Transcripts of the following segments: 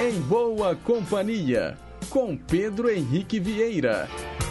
Em Boa Companhia, com Pedro Henrique Vieira.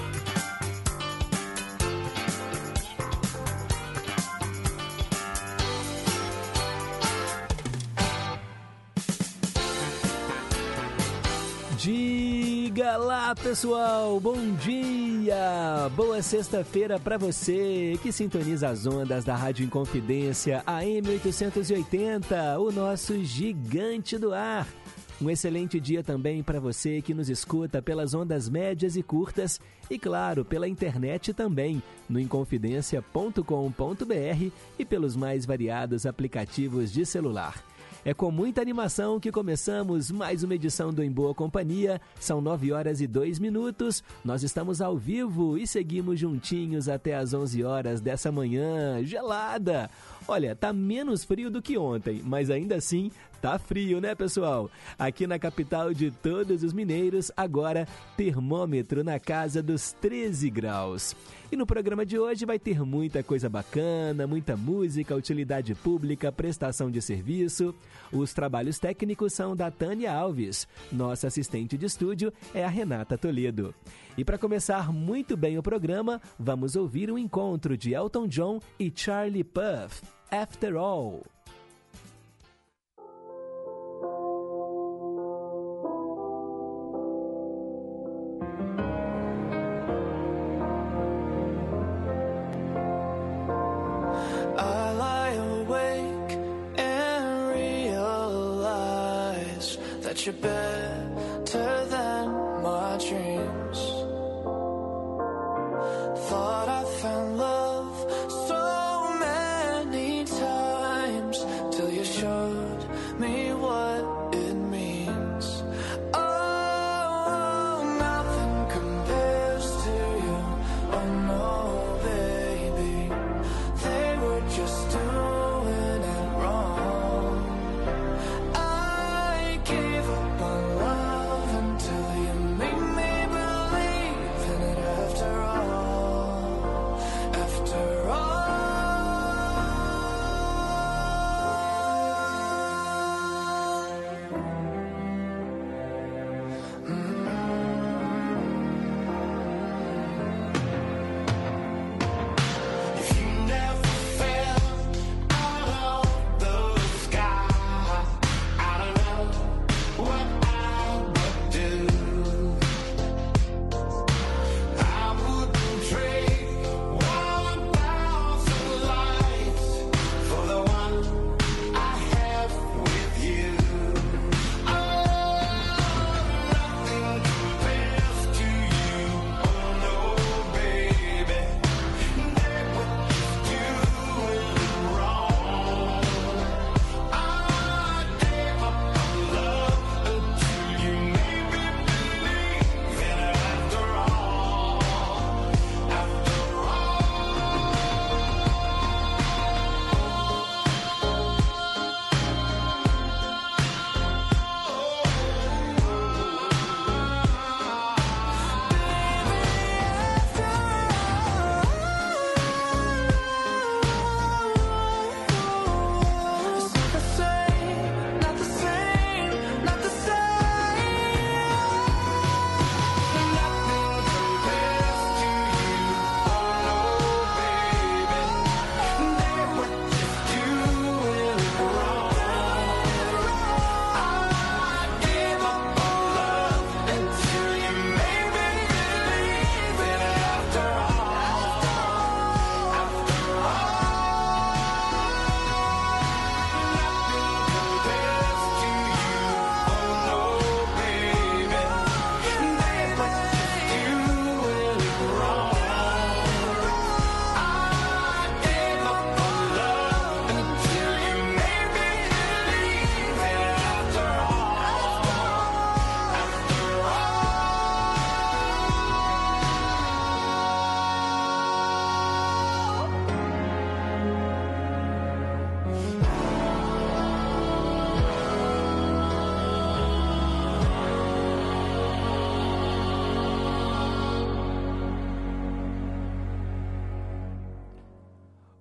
Diga lá, pessoal, bom dia, boa sexta-feira para você que sintoniza as ondas da Rádio Inconfidência AM 880, o nosso gigante do ar. Um excelente dia também para você que nos escuta pelas ondas médias e curtas e, claro, pela internet também, no inconfidencia.com.br e pelos mais variados aplicativos de celular. É com muita animação que começamos mais uma edição do Em Boa Companhia. São 9h02. Nós estamos ao vivo e seguimos juntinhos até às 11 horas dessa manhã gelada. Olha, tá menos frio do que ontem, mas ainda assim tá frio, né, pessoal? Aqui na capital de todos os mineiros, agora termômetro na casa dos 13 graus. E no programa de hoje vai ter muita coisa bacana, muita música, utilidade pública, prestação de serviço. Os trabalhos técnicos são da Tânia Alves. Nossa assistente de estúdio é a Renata Toledo. E para começar muito bem o programa, vamos ouvir um encontro de Elton John e Charlie Puth, After All. You're better than my dreams. Thought I found love so many times till you showed me what it means. Oh, nothing compares to you. Oh no, baby, they were just doing it wrong. I gave up on love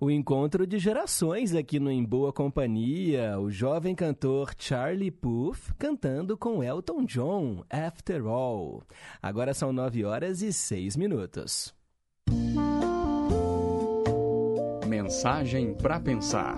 O encontro de gerações aqui no Em Boa Companhia, o jovem cantor Charlie Puth cantando com Elton John, After All. Agora são 9h06. Mensagem para pensar.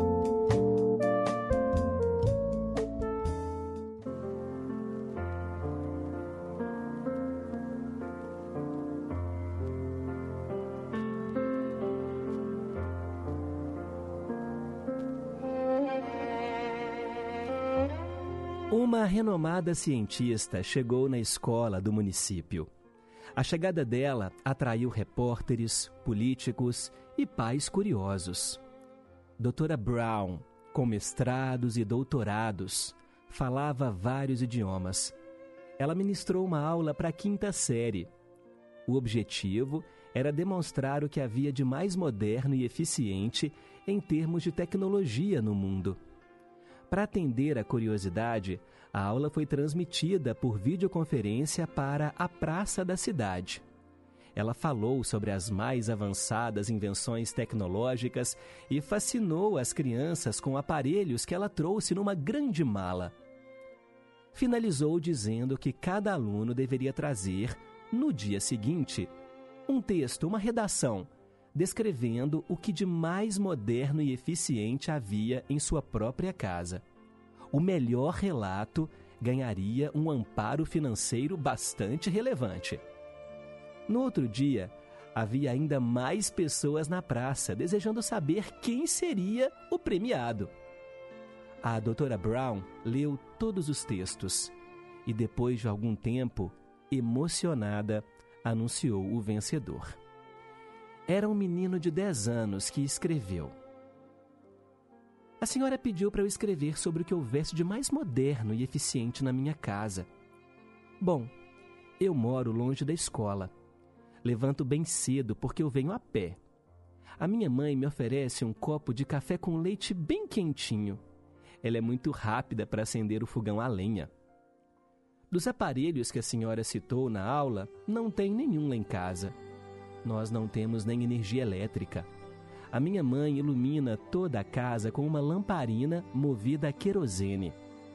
Uma renomada cientista chegou na escola do município. A chegada dela atraiu repórteres, políticos e pais curiosos. Doutora Brown, com mestrados e doutorados, falava vários idiomas. Ela ministrou uma aula para a 5ª série. O objetivo era demonstrar o que havia de mais moderno e eficiente em termos de tecnologia no mundo. Para atender a curiosidade, a aula foi transmitida por videoconferência para a praça da cidade. Ela falou sobre as mais avançadas invenções tecnológicas e fascinou as crianças com aparelhos que ela trouxe numa grande mala. Finalizou dizendo que cada aluno deveria trazer, no dia seguinte, um texto, uma redação, descrevendo o que de mais moderno e eficiente havia em sua própria casa. O melhor relato ganharia um amparo financeiro bastante relevante. No outro dia, havia ainda mais pessoas na praça desejando saber quem seria o premiado. A doutora Brown leu todos os textos e, depois de algum tempo, emocionada, anunciou o vencedor. Era um menino de 10 anos que escreveu: "A senhora pediu para eu escrever sobre o que houvesse de mais moderno e eficiente na minha casa. Bom, eu moro longe da escola. Levanto bem cedo porque eu venho a pé. A minha mãe me oferece um copo de café com leite bem quentinho. Ela é muito rápida para acender o fogão a lenha. Dos aparelhos que a senhora citou na aula, não tem nenhum lá em casa. Nós não temos nem energia elétrica. A minha mãe ilumina toda a casa com uma lamparina movida a querosene.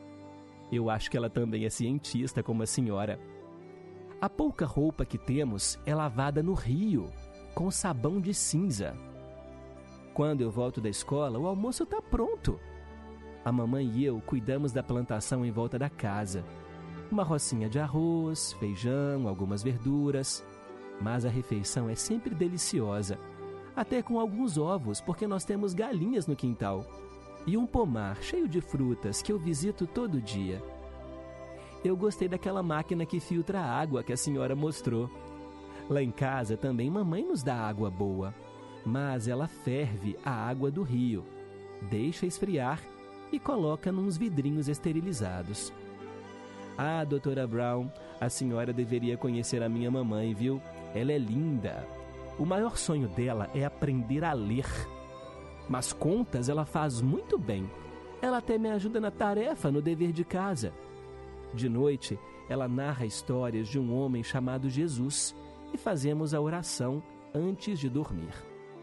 Eu acho que ela também é cientista como a senhora. A pouca roupa que temos é lavada no rio, com sabão de cinza. Quando eu volto da escola, o almoço está pronto. A mamãe e eu cuidamos da plantação em volta da casa. Uma rocinha de arroz, feijão, algumas verduras. Mas a refeição é sempre deliciosa, até com alguns ovos, porque nós temos galinhas no quintal. E um pomar cheio de frutas que eu visito todo dia. Eu gostei daquela máquina que filtra a água que a senhora mostrou. Lá em casa também mamãe nos dá água boa, mas ela ferve a água do rio, deixa esfriar e coloca nos vidrinhos esterilizados. Ah, doutora Brown, a senhora deveria conhecer a minha mamãe, viu? Ela é linda. O maior sonho dela é aprender a ler. Mas contas ela faz muito bem. Ela até me ajuda na tarefa, no dever de casa. De noite, ela narra histórias de um homem chamado Jesus e fazemos a oração antes de dormir.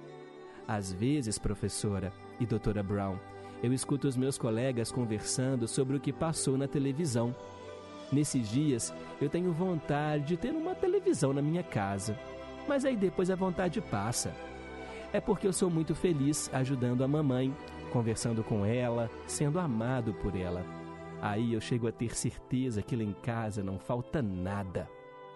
Às vezes, professora e doutora Brown, eu escuto os meus colegas conversando sobre o que passou na televisão. Nesses dias, eu tenho vontade de ter uma televisão na minha casa, mas aí depois a vontade passa. É porque eu sou muito feliz ajudando a mamãe, conversando com ela, sendo amado por ela. Aí eu chego a ter certeza que lá em casa não falta nada.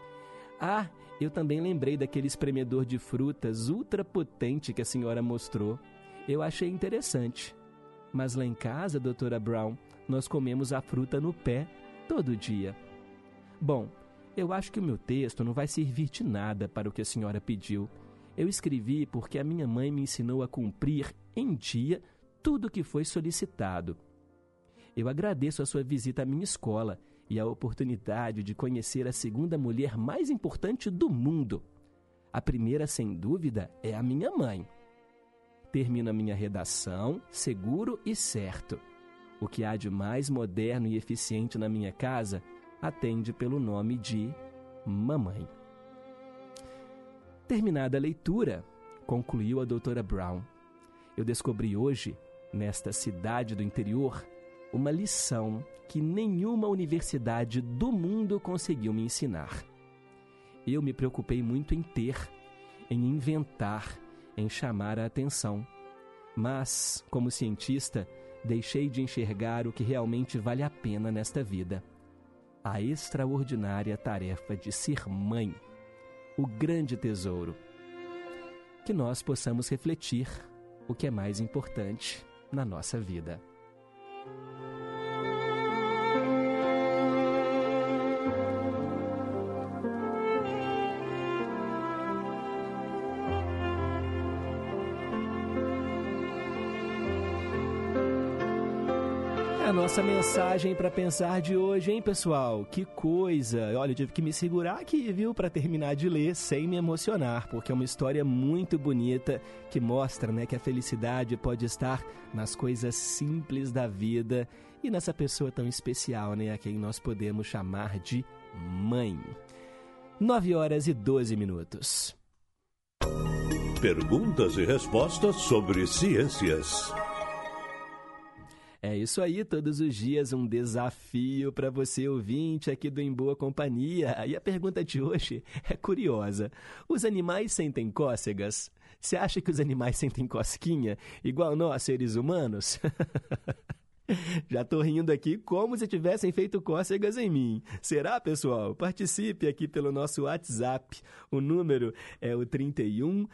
Ah, eu também lembrei daquele espremedor de frutas ultra potente que a senhora mostrou. Eu achei interessante. Mas lá em casa, doutora Brown, nós comemos a fruta no pé todo dia. Bom, eu acho que o meu texto não vai servir de nada para o que a senhora pediu. Eu escrevi porque a minha mãe me ensinou a cumprir em dia tudo o que foi solicitado. Eu agradeço a sua visita à minha escola e a oportunidade de conhecer a segunda mulher mais importante do mundo. A primeira, sem dúvida, é a minha mãe. Termino a minha redação seguro e certo. O que há de mais moderno e eficiente na minha casa atende pelo nome de mamãe. Terminada a leitura, concluiu a doutora Brown, Eu descobri hoje, nesta cidade do interior, uma lição que nenhuma universidade do mundo conseguiu me ensinar. Eu me preocupei muito em ter, em inventar, em chamar a atenção. Mas, como cientista, deixei de enxergar o que realmente vale a pena nesta vida. A extraordinária tarefa de ser mãe, o grande tesouro. Que nós possamos refletir o que é mais importante na nossa vida. A nossa mensagem para pensar de hoje, hein, pessoal? Que coisa! Olha, eu tive que me segurar aqui, viu, para terminar de ler sem me emocionar, porque é uma história muito bonita que mostra, né, que a felicidade pode estar nas coisas simples da vida e nessa pessoa tão especial, né, a quem nós podemos chamar de mãe. 9h12. Perguntas e respostas sobre ciências. É isso aí, todos os dias um desafio para você ouvinte aqui do Em Boa Companhia. E a pergunta de hoje é curiosa. Os animais sentem cócegas? Você acha que os animais sentem cosquinha igual nós, seres humanos? Já tô rindo aqui como se tivessem feito cócegas em mim. Será, pessoal? Participe aqui pelo nosso WhatsApp. O número é o 31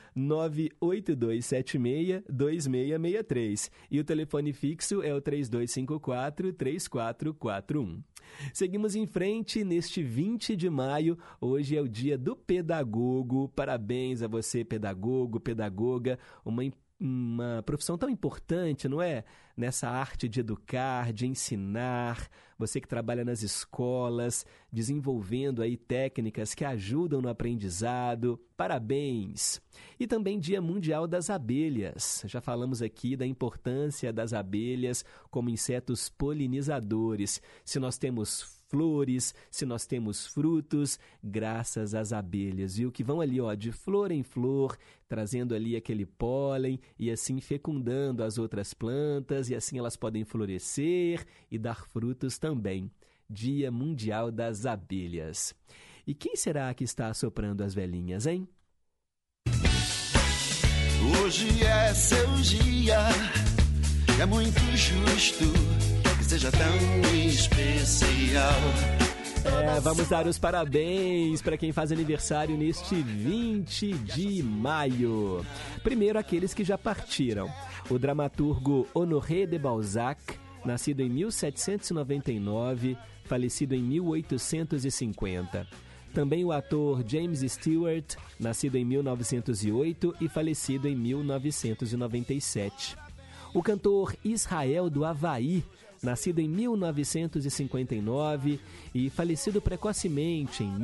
98276 2663. E o telefone fixo é o 3254 3441. Seguimos em frente neste 20 de maio. Hoje é o dia do pedagogo. Parabéns a você, pedagogo, pedagoga. Uma profissão tão importante, não é? Nessa arte de educar, de ensinar, você que trabalha nas escolas, desenvolvendo aí técnicas que ajudam no aprendizado. Parabéns! E também Dia Mundial das Abelhas. Já falamos aqui da importância das abelhas como insetos polinizadores. Se nós temos flores, se nós temos frutos, graças às abelhas, viu? Que vão ali, ó, de flor em flor, trazendo ali aquele pólen e assim fecundando as outras plantas, e assim elas podem florescer e dar frutos também. Dia Mundial das Abelhas. E quem será que está assoprando as velhinhas, hein? Hoje é seu dia, é muito justo que seja tão especial. Vamos dar os parabéns para quem faz aniversário neste 20 de maio. Primeiro, aqueles que já partiram. O dramaturgo Honoré de Balzac, nascido em 1799, falecido em 1850. Também o ator James Stewart, nascido em 1908 e falecido em 1997. O cantor Israel do Havaí, nascido em 1959 e falecido precocemente em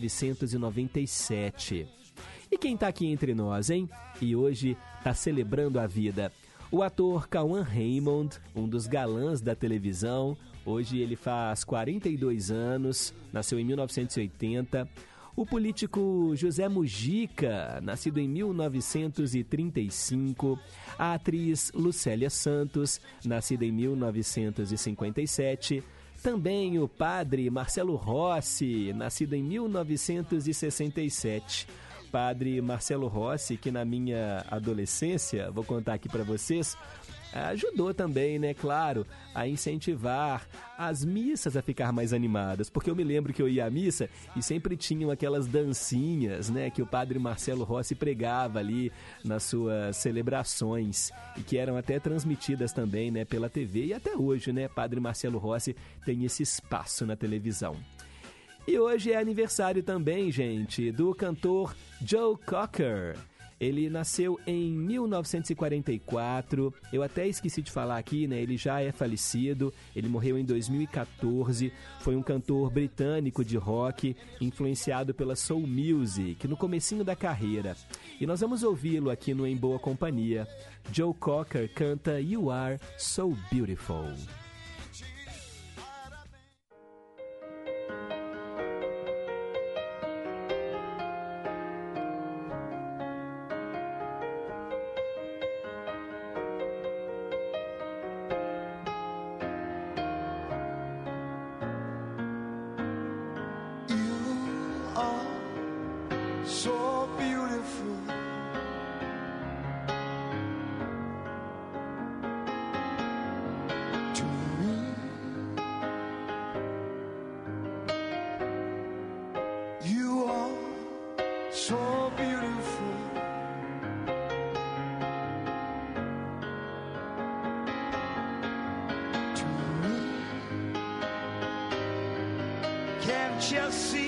1997. E quem está aqui entre nós, hein? E hoje está celebrando a vida. O ator Cauã Raymond, um dos galãs da televisão. Hoje ele faz 42 anos, nasceu em 1980. O político José Mujica, nascido em 1935. A atriz Lucélia Santos, nascida em 1957. Também o padre Marcelo Rossi, nascido em 1967. Padre Marcelo Rossi, que na minha adolescência, vou contar aqui para vocês, ajudou também, né, claro, a incentivar as missas a ficar mais animadas, porque eu me lembro que eu ia à missa e sempre tinham aquelas dancinhas, né, que o padre Marcelo Rossi pregava ali nas suas celebrações e que eram até transmitidas também, né, pela TV, e até hoje, né, padre Marcelo Rossi tem esse espaço na televisão. E hoje é aniversário também, gente, do cantor Joe Cocker. Ele nasceu em 1944, eu até esqueci de falar aqui, né? Ele já é falecido, ele morreu em 2014, foi um cantor britânico de rock, influenciado pela soul music, no comecinho da carreira. E nós vamos ouvi-lo aqui no Em Boa Companhia. Joe Cocker canta You Are So Beautiful. beautiful. To me, you are so beautiful. To me, can't you see?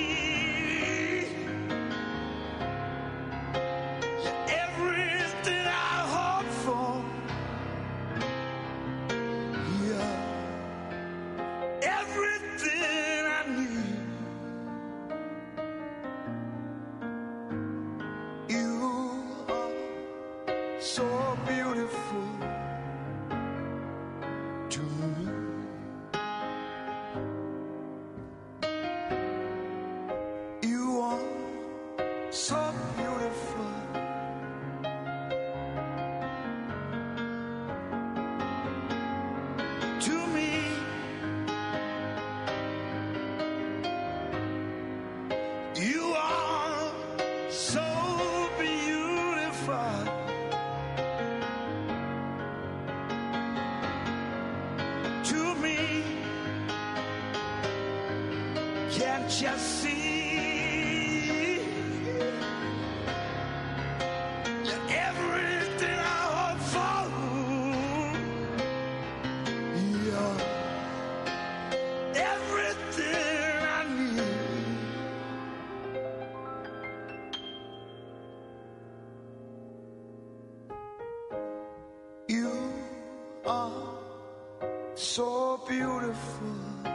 So beautiful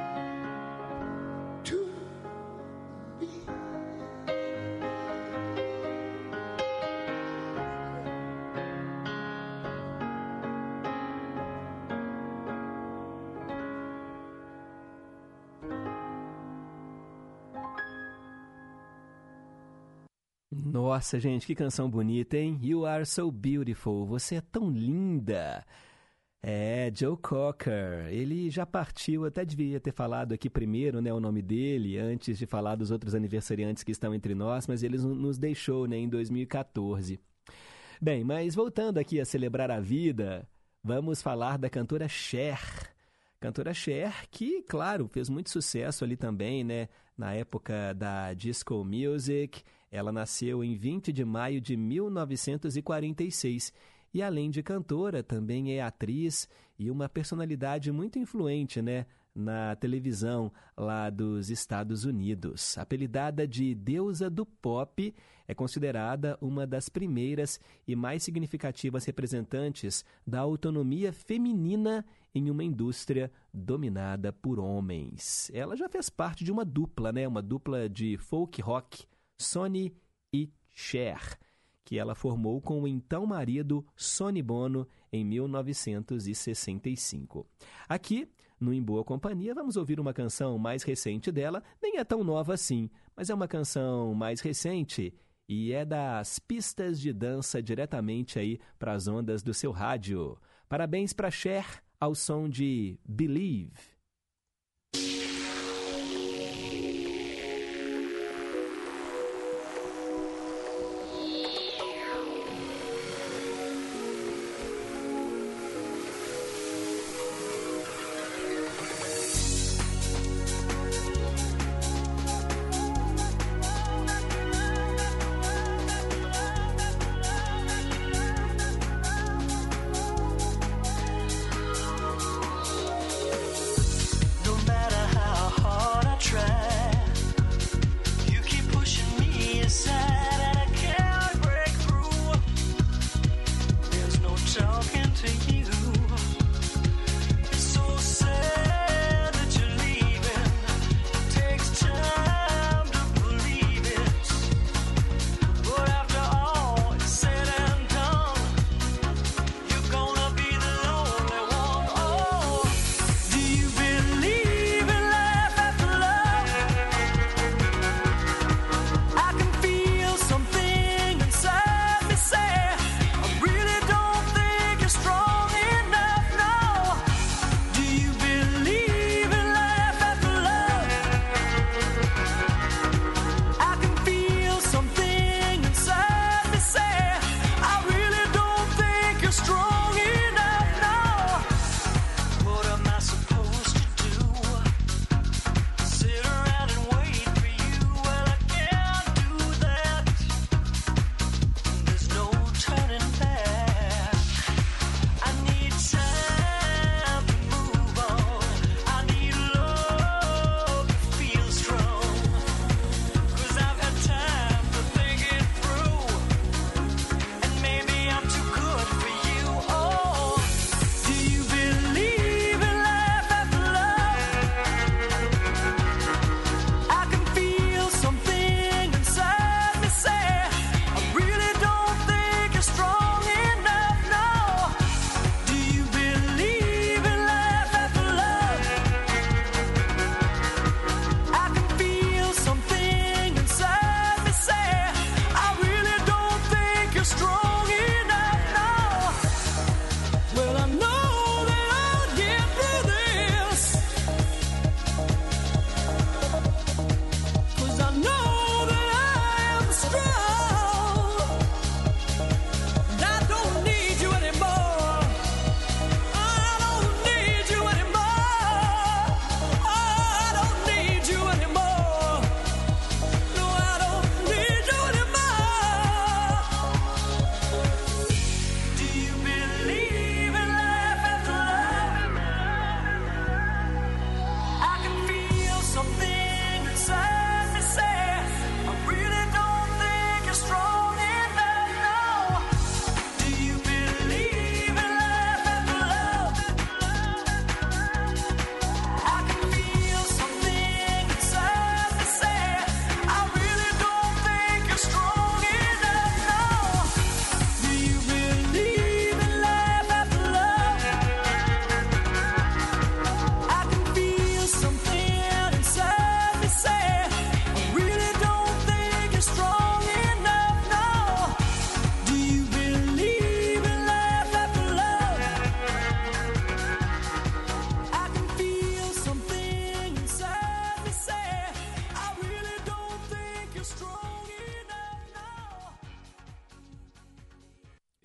to me. Nossa, gente, que canção bonita, hein? You are so beautiful. Você é tão linda. É, Joe Cocker, ele já partiu, até devia ter falado aqui primeiro, né, o nome dele, antes de falar dos outros aniversariantes que estão entre nós, mas ele nos deixou, né, em 2014. Bem, mas voltando aqui a celebrar a vida, vamos falar da cantora Cher. Cantora Cher, que, claro, fez muito sucesso ali também, né, na época da disco music. Ela nasceu em 20 de maio de 1946. E além de cantora, também é atriz e uma personalidade muito influente, né, na televisão lá dos Estados Unidos. Apelidada de Deusa do Pop, é considerada uma das primeiras e mais significativas representantes da autonomia feminina em uma indústria dominada por homens. Ela já fez parte de uma dupla, né, uma dupla de folk rock, Sonny e Cher, que ela formou com o então marido Sonny Bono em 1965. Aqui, no Em Boa Companhia, vamos ouvir uma canção mais recente dela, nem é tão nova assim, mas é uma canção mais recente e é das pistas de dança diretamente aí para as ondas do seu rádio. Parabéns para Cher ao som de Believe.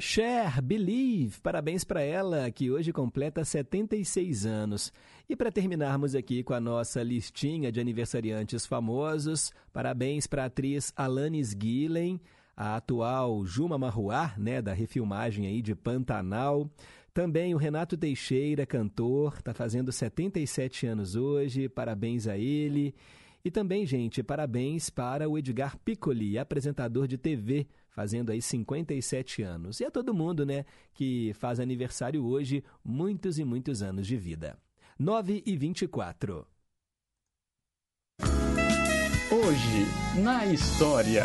Cher, Believe, parabéns para ela, que hoje completa 76 anos. E para terminarmos aqui com a nossa listinha de aniversariantes famosos, parabéns para a atriz Alanis Gillen, a atual Juma Marruá, né, da refilmagem aí de Pantanal. Também o Renato Teixeira, cantor, está fazendo 77 anos hoje, parabéns a ele. E também, gente, parabéns para o Edgar Piccoli, apresentador de TV, fazendo aí 57 anos. E a todo mundo, né, que faz aniversário hoje, muitos e muitos anos de vida. 9h24. Hoje, na história.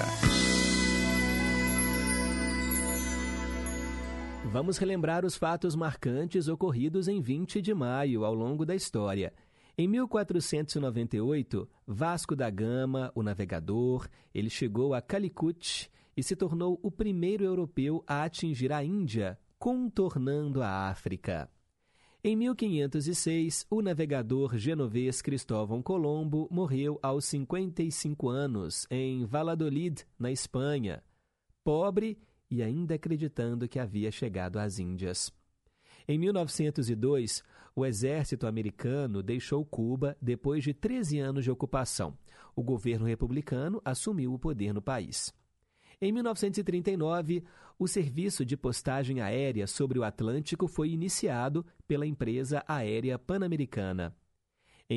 Vamos relembrar os fatos marcantes ocorridos em 20 de maio ao longo da história. Em 1498, Vasco da Gama, o navegador, ele chegou a Calicut e se tornou o primeiro europeu a atingir a Índia, contornando a África. Em 1506, o navegador genovês Cristóvão Colombo morreu aos 55 anos em Valladolid, na Espanha, pobre e ainda acreditando que havia chegado às Índias. Em 1902, o exército americano deixou Cuba depois de 13 anos de ocupação. O governo republicano assumiu o poder no país. Em 1939, o serviço de postagem aérea sobre o Atlântico foi iniciado pela empresa aérea Pan-Americana. Em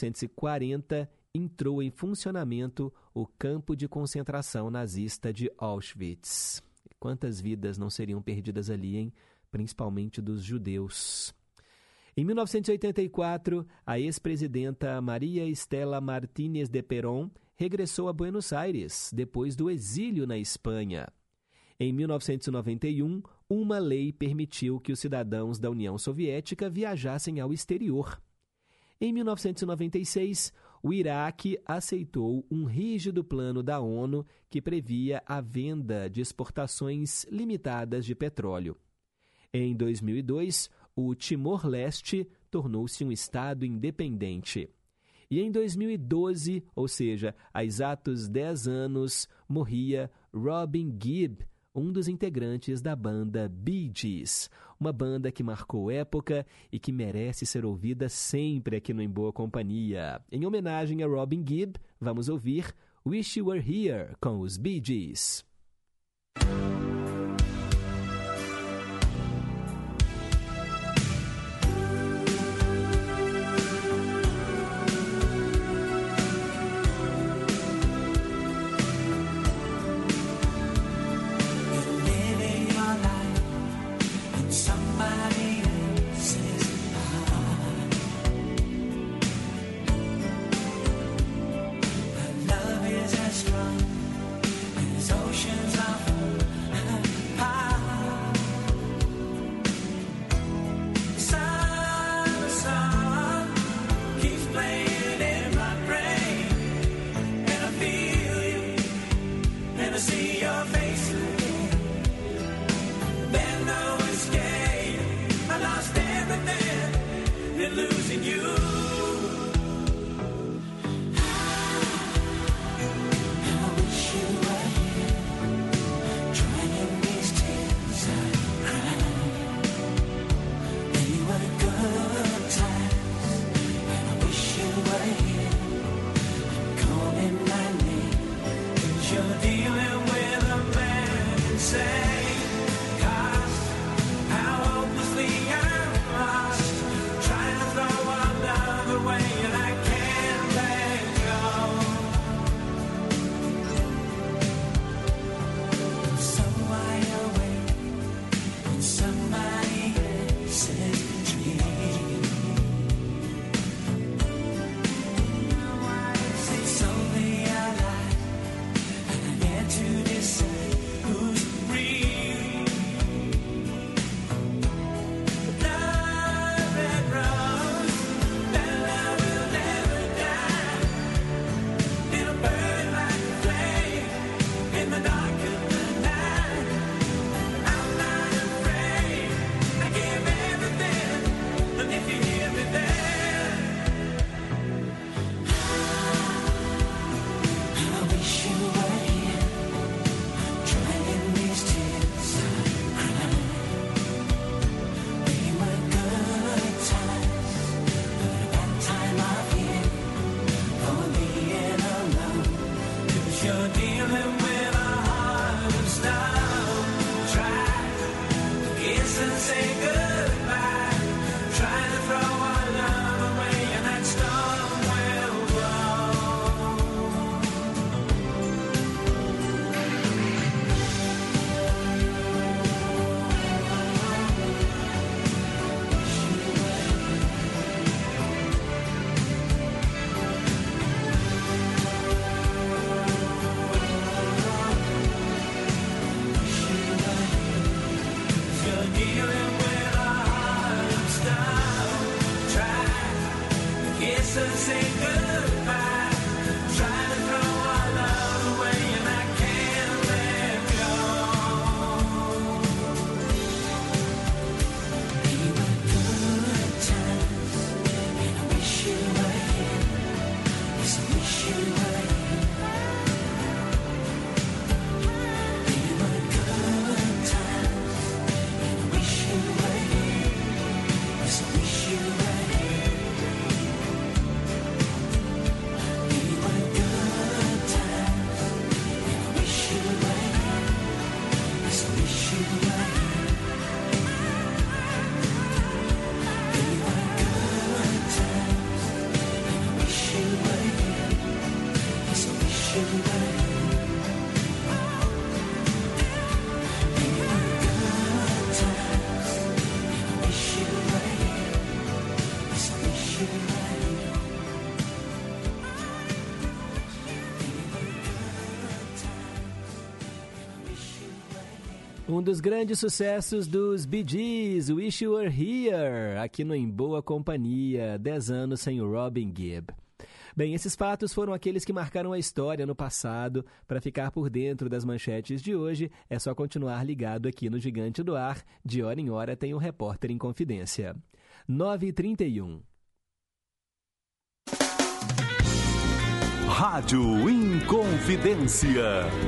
1940, entrou em funcionamento o campo de concentração nazista de Auschwitz. Quantas vidas não seriam perdidas ali, hein? Principalmente dos judeus. Em 1984, a ex-presidenta Maria Estela Martínez de Perón regressou a Buenos Aires, depois do exílio na Espanha. Em 1991, uma lei permitiu que os cidadãos da União Soviética viajassem ao exterior. Em 1996, o Iraque aceitou um rígido plano da ONU que previa a venda de exportações limitadas de petróleo. Em 2002, o Timor-Leste tornou-se um estado independente. E em 2012, ou seja, há exatos 10 anos, morria Robin Gibb, um dos integrantes da banda Bee Gees, uma banda que marcou época e que merece ser ouvida sempre aqui no Em Boa Companhia. Em homenagem a Robin Gibb, vamos ouvir Wish You Were Here com os Bee Gees. Oceans are full Um dos grandes sucessos dos Bee Gees, Wish You Were Here, aqui no Em Boa Companhia, 10 anos sem o Robin Gibb. Bem, esses fatos foram aqueles que marcaram a história no passado. Para ficar por dentro das manchetes de hoje, é só continuar ligado aqui no Gigante do Ar. De hora em hora tem o Repórter em Confidência. 9h31. Rádio Inconfidência.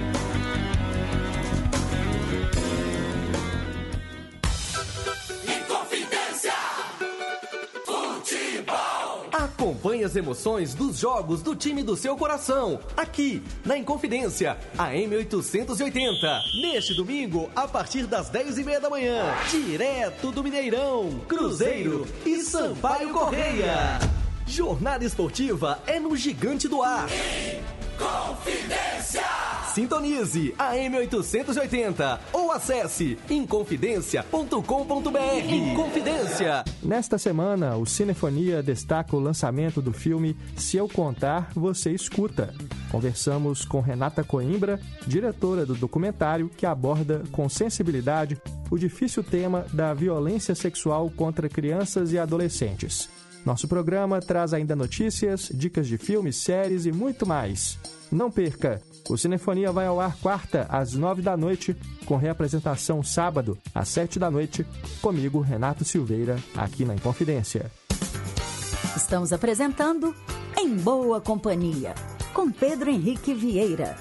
Acompanhe as emoções dos jogos do time do seu coração, aqui na Inconfidência, AM 880. Neste domingo, a partir das 10h30 da manhã, direto do Mineirão, Cruzeiro e Sampaio Correia. Jornada esportiva é no Gigante do Ar. Inconfidência! Sintonize AM 880 ou acesse inconfidencia.com.br. Inconfidência. Nesta semana, o Cinefonia destaca o lançamento do filme Se Eu Contar, Você Escuta. Conversamos com Renata Coimbra, diretora do documentário, que aborda com sensibilidade o difícil tema da violência sexual contra crianças e adolescentes. Nosso programa traz ainda notícias, dicas de filmes, séries e muito mais. Não perca! O Cinefonia vai ao ar quarta, às 9 da noite, com reapresentação sábado, às 7 da noite, comigo, Renato Silveira, aqui na Inconfidência. Estamos apresentando Em Boa Companhia, com Pedro Henrique Vieira.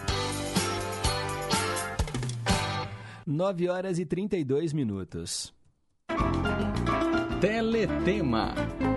9h32. Teletema.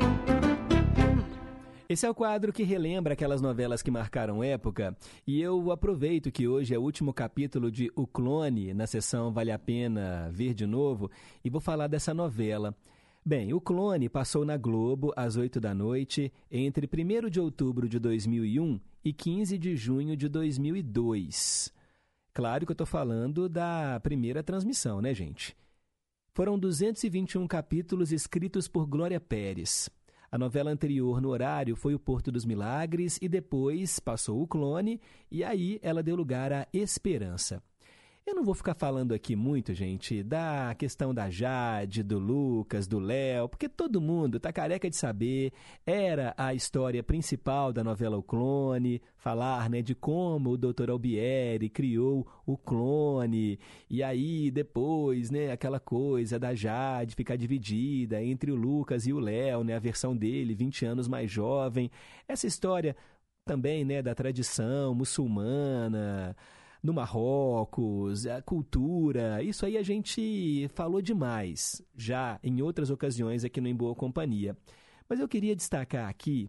Esse é o quadro que relembra aquelas novelas que marcaram época, e eu aproveito que hoje é o último capítulo de O Clone, na sessão Vale a Pena Ver de Novo, e vou falar dessa novela. Bem, O Clone passou na Globo às 8 da noite, entre 1º de outubro de 2001 e 15 de junho de 2002. Claro que eu estou falando da primeira transmissão, né, gente? Foram 221 capítulos escritos por Glória Pérez. A novela anterior no horário foi O Porto dos Milagres e depois passou O Clone e aí ela deu lugar à Esperança. Eu não vou ficar falando aqui muito, gente, da questão da Jade, do Lucas, do Léo, porque todo mundo tá careca de saber. Era a história principal da novela O Clone, falar, né, de como o Dr. Albieri criou o clone. E aí, depois, né, aquela coisa da Jade ficar dividida entre o Lucas e o Léo, né, a versão dele, 20 anos mais jovem. Essa história também, né, da tradição muçulmana no Marrocos, a cultura, isso aí a gente falou demais já em outras ocasiões aqui no Em Boa Companhia. Mas eu queria destacar aqui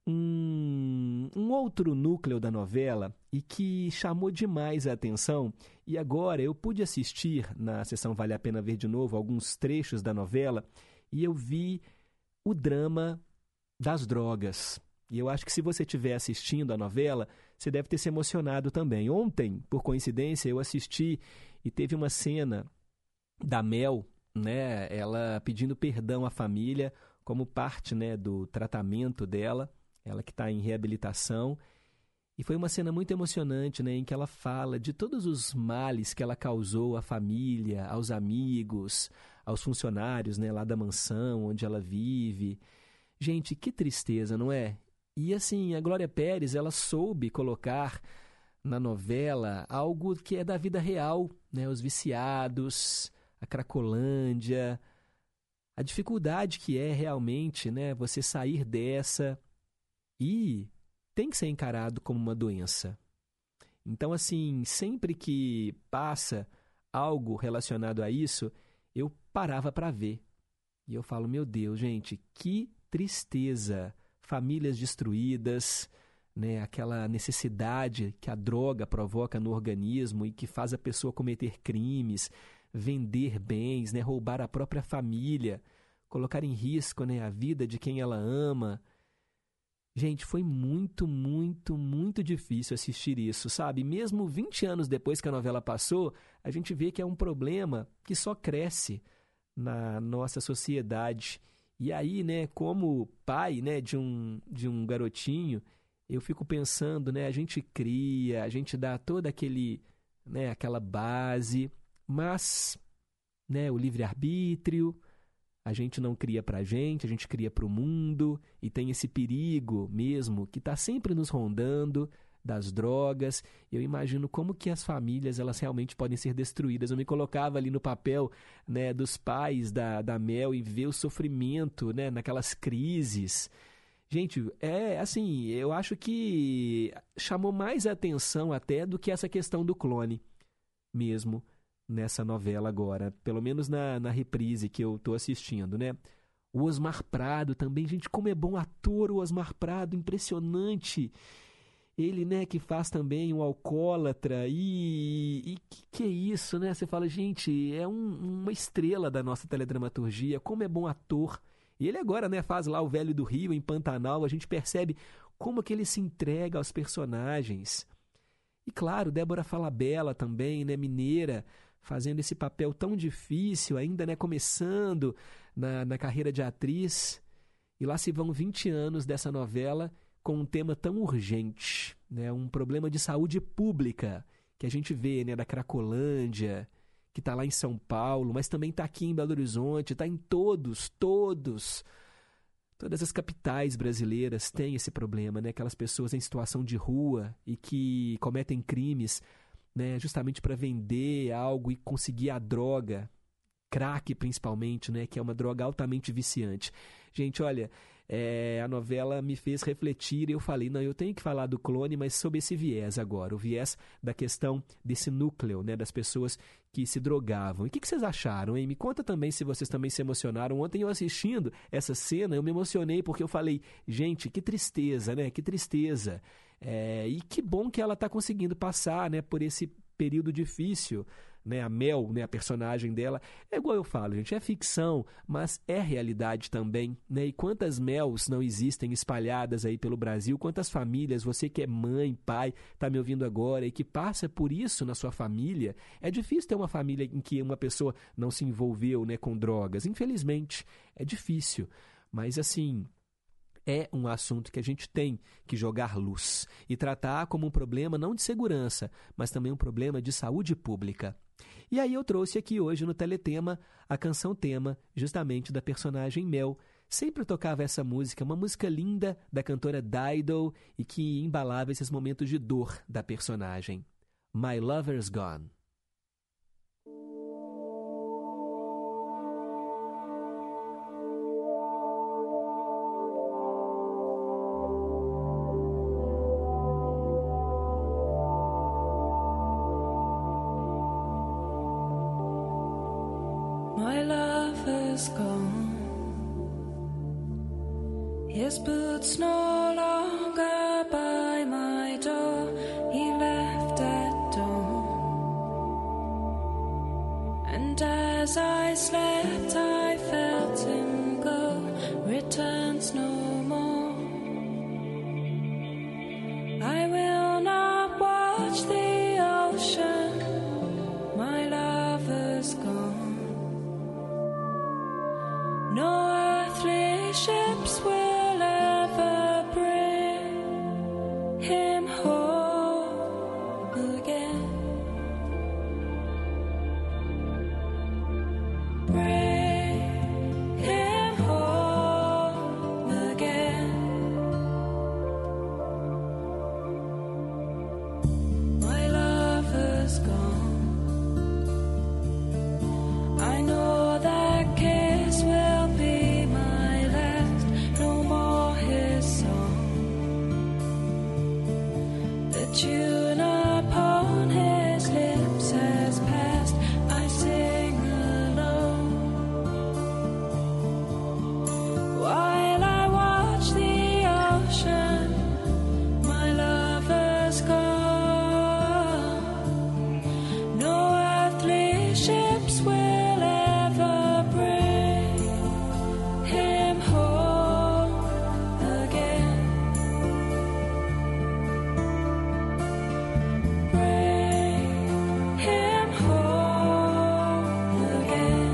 um outro núcleo da novela e que chamou demais a atenção, e agora eu pude assistir na sessão Vale a Pena Ver de Novo alguns trechos da novela e eu vi o drama das drogas. E eu acho que se você estiver assistindo a novela, você deve ter se emocionado também. Ontem, por coincidência, eu assisti e teve uma cena da Mel, né, ela pedindo perdão à família como parte, né, do tratamento dela, ela que está em reabilitação. E foi uma cena muito emocionante, né, em que ela fala de todos os males que ela causou à família, aos amigos, aos funcionários, né, lá da mansão onde ela vive. Gente, que tristeza, não é? E assim, a Glória Pérez, ela soube colocar na novela algo que é da vida real, né? Os viciados, a Cracolândia, a dificuldade que é realmente, né, você sair dessa e tem que ser encarado como uma doença. Então, assim, sempre que passa algo relacionado a isso, eu parava para ver. E eu falo, meu Deus, gente, que tristeza! Famílias destruídas, né, aquela necessidade que a droga provoca no organismo e que faz a pessoa cometer crimes, vender bens, né, roubar a própria família, colocar em risco, né, a vida de quem ela ama. Gente, foi muito, muito, muito difícil assistir isso, sabe? Mesmo 20 anos depois que a novela passou, a gente vê que é um problema que só cresce na nossa sociedade. E aí, né, como pai, né, de um garotinho, eu fico pensando, né, a gente cria, a gente dá toda aquela base, Mas, né, o livre-arbítrio, a gente não cria pra gente, a gente cria pro mundo, e tem esse perigo mesmo que está sempre nos rondando, das drogas. Eu imagino como que as famílias elas realmente podem ser destruídas. Eu me colocava ali no papel, né, dos pais da Mel e ver o sofrimento, né, naquelas crises. Gente, assim, eu acho que chamou mais a atenção até do que essa questão do clone mesmo nessa novela agora, pelo menos na reprise que eu estou assistindo, né? O Osmar Prado também, gente, como é bom ator o Osmar Prado, impressionante. Ele, né, que faz também um alcoólatra e que é isso, né? Você fala, gente, é uma estrela da nossa teledramaturgia, como é bom ator. E ele agora, né, faz lá o Velho do Rio, em Pantanal, a gente percebe como que ele se entrega aos personagens. E claro, Débora Falabella também, né, mineira, fazendo esse papel tão difícil, ainda, né, começando na carreira de atriz. E lá se vão 20 anos dessa novela, com um tema tão urgente, né? Um problema de saúde pública que a gente vê, né? Da Cracolândia, que está lá em São Paulo, mas também está aqui em Belo Horizonte, está em todas as capitais brasileiras têm esse problema, né? Aquelas pessoas em situação de rua e que cometem crimes, né? Justamente para vender algo e conseguir a droga, crack principalmente, né? Que é uma droga altamente viciante. Gente, olha, a novela me fez refletir e eu falei, não, eu tenho que falar do clone, mas sob esse viés agora, o viés da questão desse núcleo, né, das pessoas que se drogavam. E o que vocês acharam, hein? Me conta também se vocês também se emocionaram. Ontem eu assistindo essa cena, eu me emocionei porque eu falei, gente, que tristeza, né? Que tristeza. E que bom que ela está conseguindo passar, né, por esse período difícil. Né, a Mel, né, a personagem dela, é igual eu falo, gente, é ficção, mas é realidade também, né? E quantas Mels não existem espalhadas aí pelo Brasil, quantas famílias, você que é mãe, pai, está me ouvindo agora e que passa por isso na sua família. É difícil ter uma família em que uma pessoa não se envolveu, né, com drogas, infelizmente, é difícil, mas assim, é um assunto que a gente tem que jogar luz e tratar como um problema não de segurança, mas também um problema de saúde pública. E aí eu trouxe aqui hoje no Teletema a canção tema justamente da personagem Mel. Sempre tocava essa música, uma música linda da cantora Dido e que embalava esses momentos de dor da personagem. My Lover's Gone. My lover's gone. His boots no longer by my door. He left at dawn. And as I slept, I felt him go. Returns no more. I will not watch the ocean. My lover's gone. No earthly ships will ever bring him home again. Bring him home again. My lover's gone. I know that kiss will be my last, no more his song. The tune upon his lips has passed, I sing alone. While I watch the ocean, my lover's gone. No earthly ships will ever bring him home again. Bring him home again.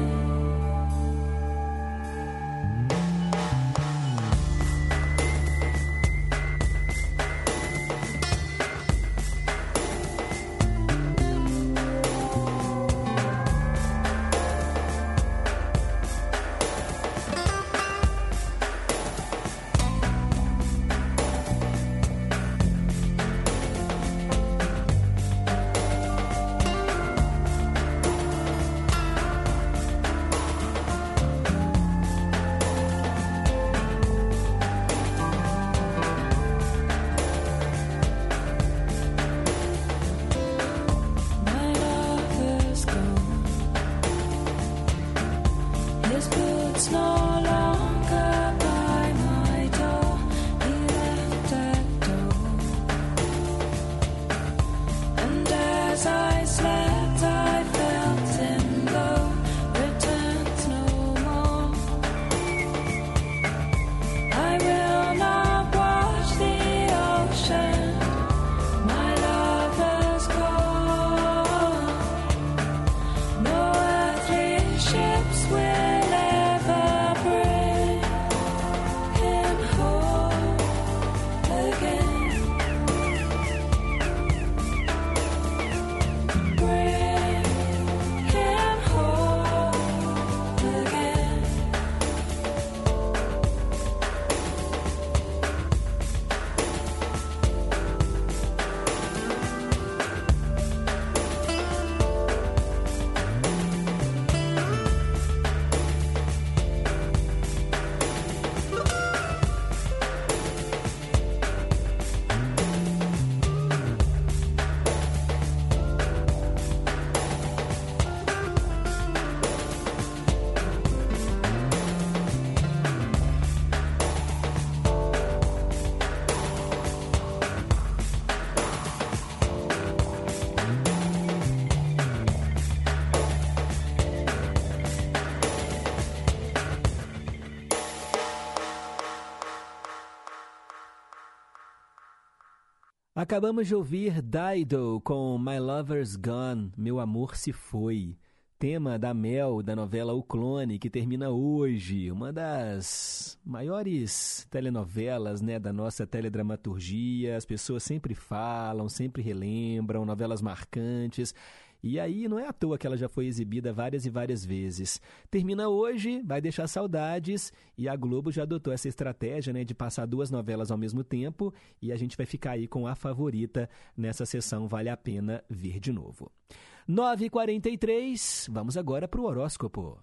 Acabamos de ouvir Dido com My Lover's Gone, Meu Amor Se Foi. Tema da Mel, da novela O Clone, que termina hoje. Uma das maiores telenovelas, né, da nossa teledramaturgia. As pessoas sempre falam, sempre relembram, novelas marcantes. E aí não é à toa que ela já foi exibida várias e várias vezes. Termina hoje, vai deixar saudades, e a Globo já adotou essa estratégia, né, de passar 2 novelas ao mesmo tempo, e a gente vai ficar aí com A Favorita nessa sessão Vale a Pena Ver de Novo. 9h43, vamos agora para o horóscopo.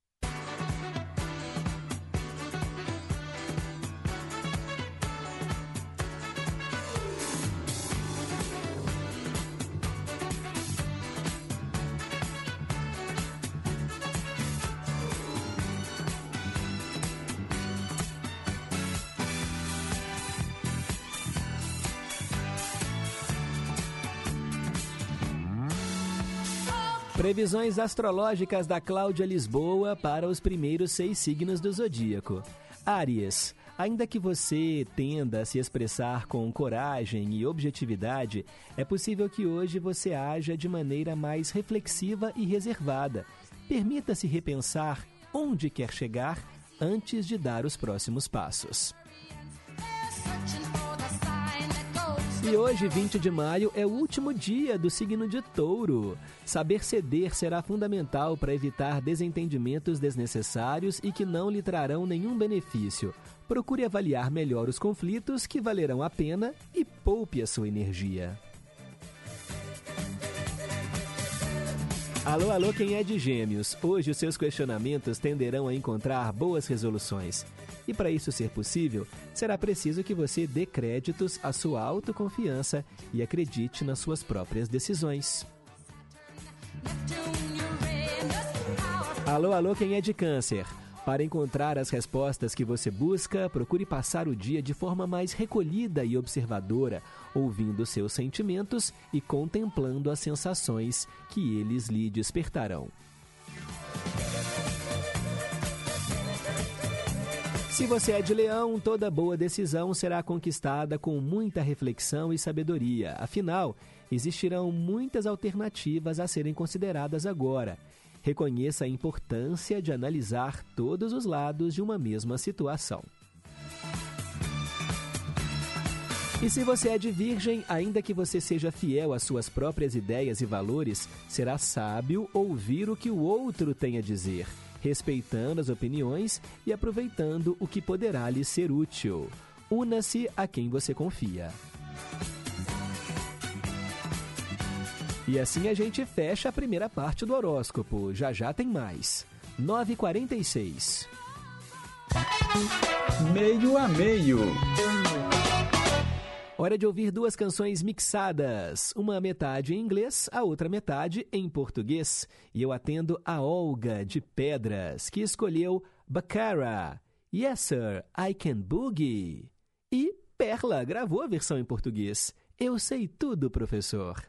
Previsões astrológicas da Cláudia Lisboa para os primeiros 6 signos do zodíaco. Áries, ainda que você tenda a se expressar com coragem e objetividade, é possível que hoje você haja de maneira mais reflexiva e reservada. Permita-se repensar onde quer chegar antes de dar os próximos passos. E hoje, 20 de maio, é o último dia do signo de Touro. Saber ceder será fundamental para evitar desentendimentos desnecessários e que não lhe trarão nenhum benefício. Procure avaliar melhor os conflitos que valerão a pena e poupe a sua energia. Alô, alô, quem é de Gêmeos? Hoje os seus questionamentos tenderão a encontrar boas resoluções. E para isso ser possível, será preciso que você dê créditos à sua autoconfiança e acredite nas suas próprias decisões. Alô, alô, quem é de Câncer? Para encontrar as respostas que você busca, procure passar o dia de forma mais recolhida e observadora, ouvindo seus sentimentos e contemplando as sensações que eles lhe despertarão. Se você é de Leão, toda boa decisão será conquistada com muita reflexão e sabedoria. Afinal, existirão muitas alternativas a serem consideradas agora. Reconheça a importância de analisar todos os lados de uma mesma situação. E se você é de Virgem, ainda que você seja fiel às suas próprias ideias e valores, será sábio ouvir o que o outro tem a dizer, respeitando as opiniões e aproveitando o que poderá lhe ser útil. Una-se a quem você confia. E assim a gente fecha a primeira parte do horóscopo. Já já tem mais. 9h46. Meio a meio. Hora de ouvir 2 canções mixadas. Uma metade em inglês, a outra metade em português. E eu atendo a Olga de Pedras, que escolheu Baccara, Yes Sir, I Can Boogie. E Perla gravou a versão em português. Eu sei tudo, professor.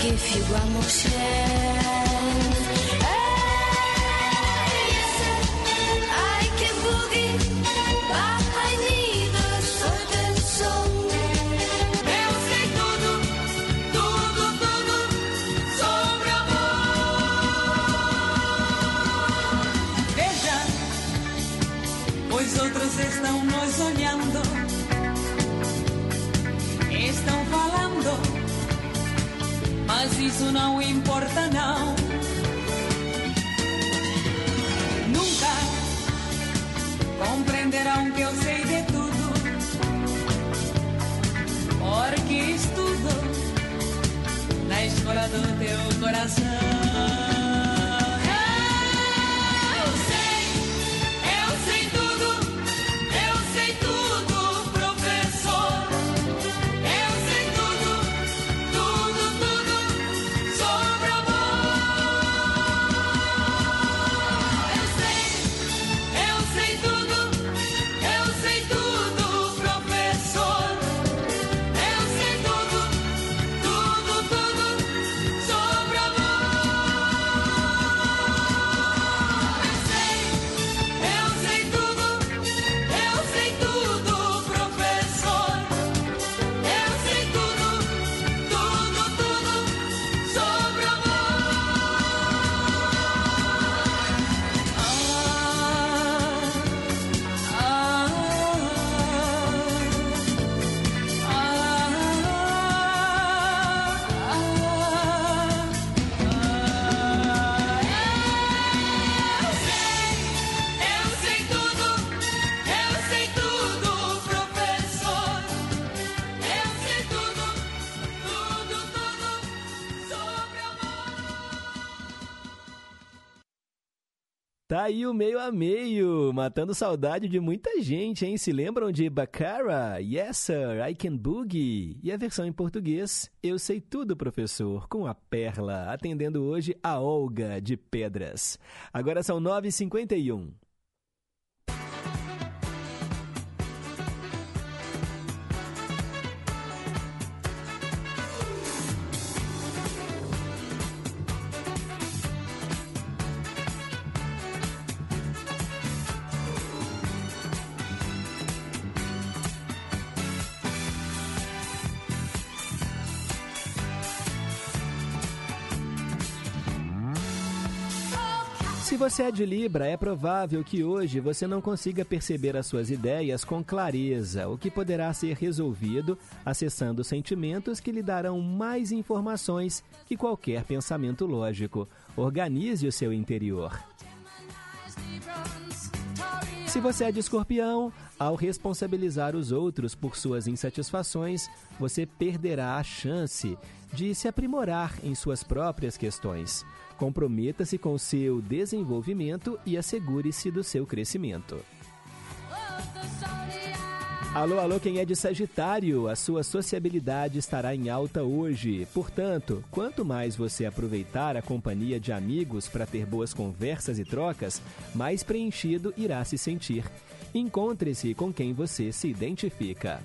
give you one more chance. Hey, yes, I can boogie, but I need a certain song. Eu sei tudo, tudo, tudo sobre amor. Veja, os outros estão nos olhando, estão falando, mas isso não importa não. Nunca compreenderão que eu sei de tudo, porque estudo na escola do teu coração. Tá aí o meio a meio, matando saudade de muita gente, hein? Se lembram de Baccara? Yes, sir, I can boogie. E a versão em português, Eu Sei Tudo, Professor, com a Perla, atendendo hoje a Olga de Pedras. Agora são 9h51. Se você é de Libra, é provável que hoje você não consiga perceber as suas ideias com clareza, o que poderá ser resolvido acessando sentimentos que lhe darão mais informações que qualquer pensamento lógico. Organize o seu interior. Se você é de Escorpião, ao responsabilizar os outros por suas insatisfações, você perderá a chance de se aprimorar em suas próprias questões. Comprometa-se com o seu desenvolvimento e assegure-se do seu crescimento. Alô, alô, quem é de Sagitário? A sua sociabilidade estará em alta hoje. Portanto, quanto mais você aproveitar a companhia de amigos para ter boas conversas e trocas, mais preenchido irá se sentir. Encontre-se com quem você se identifica.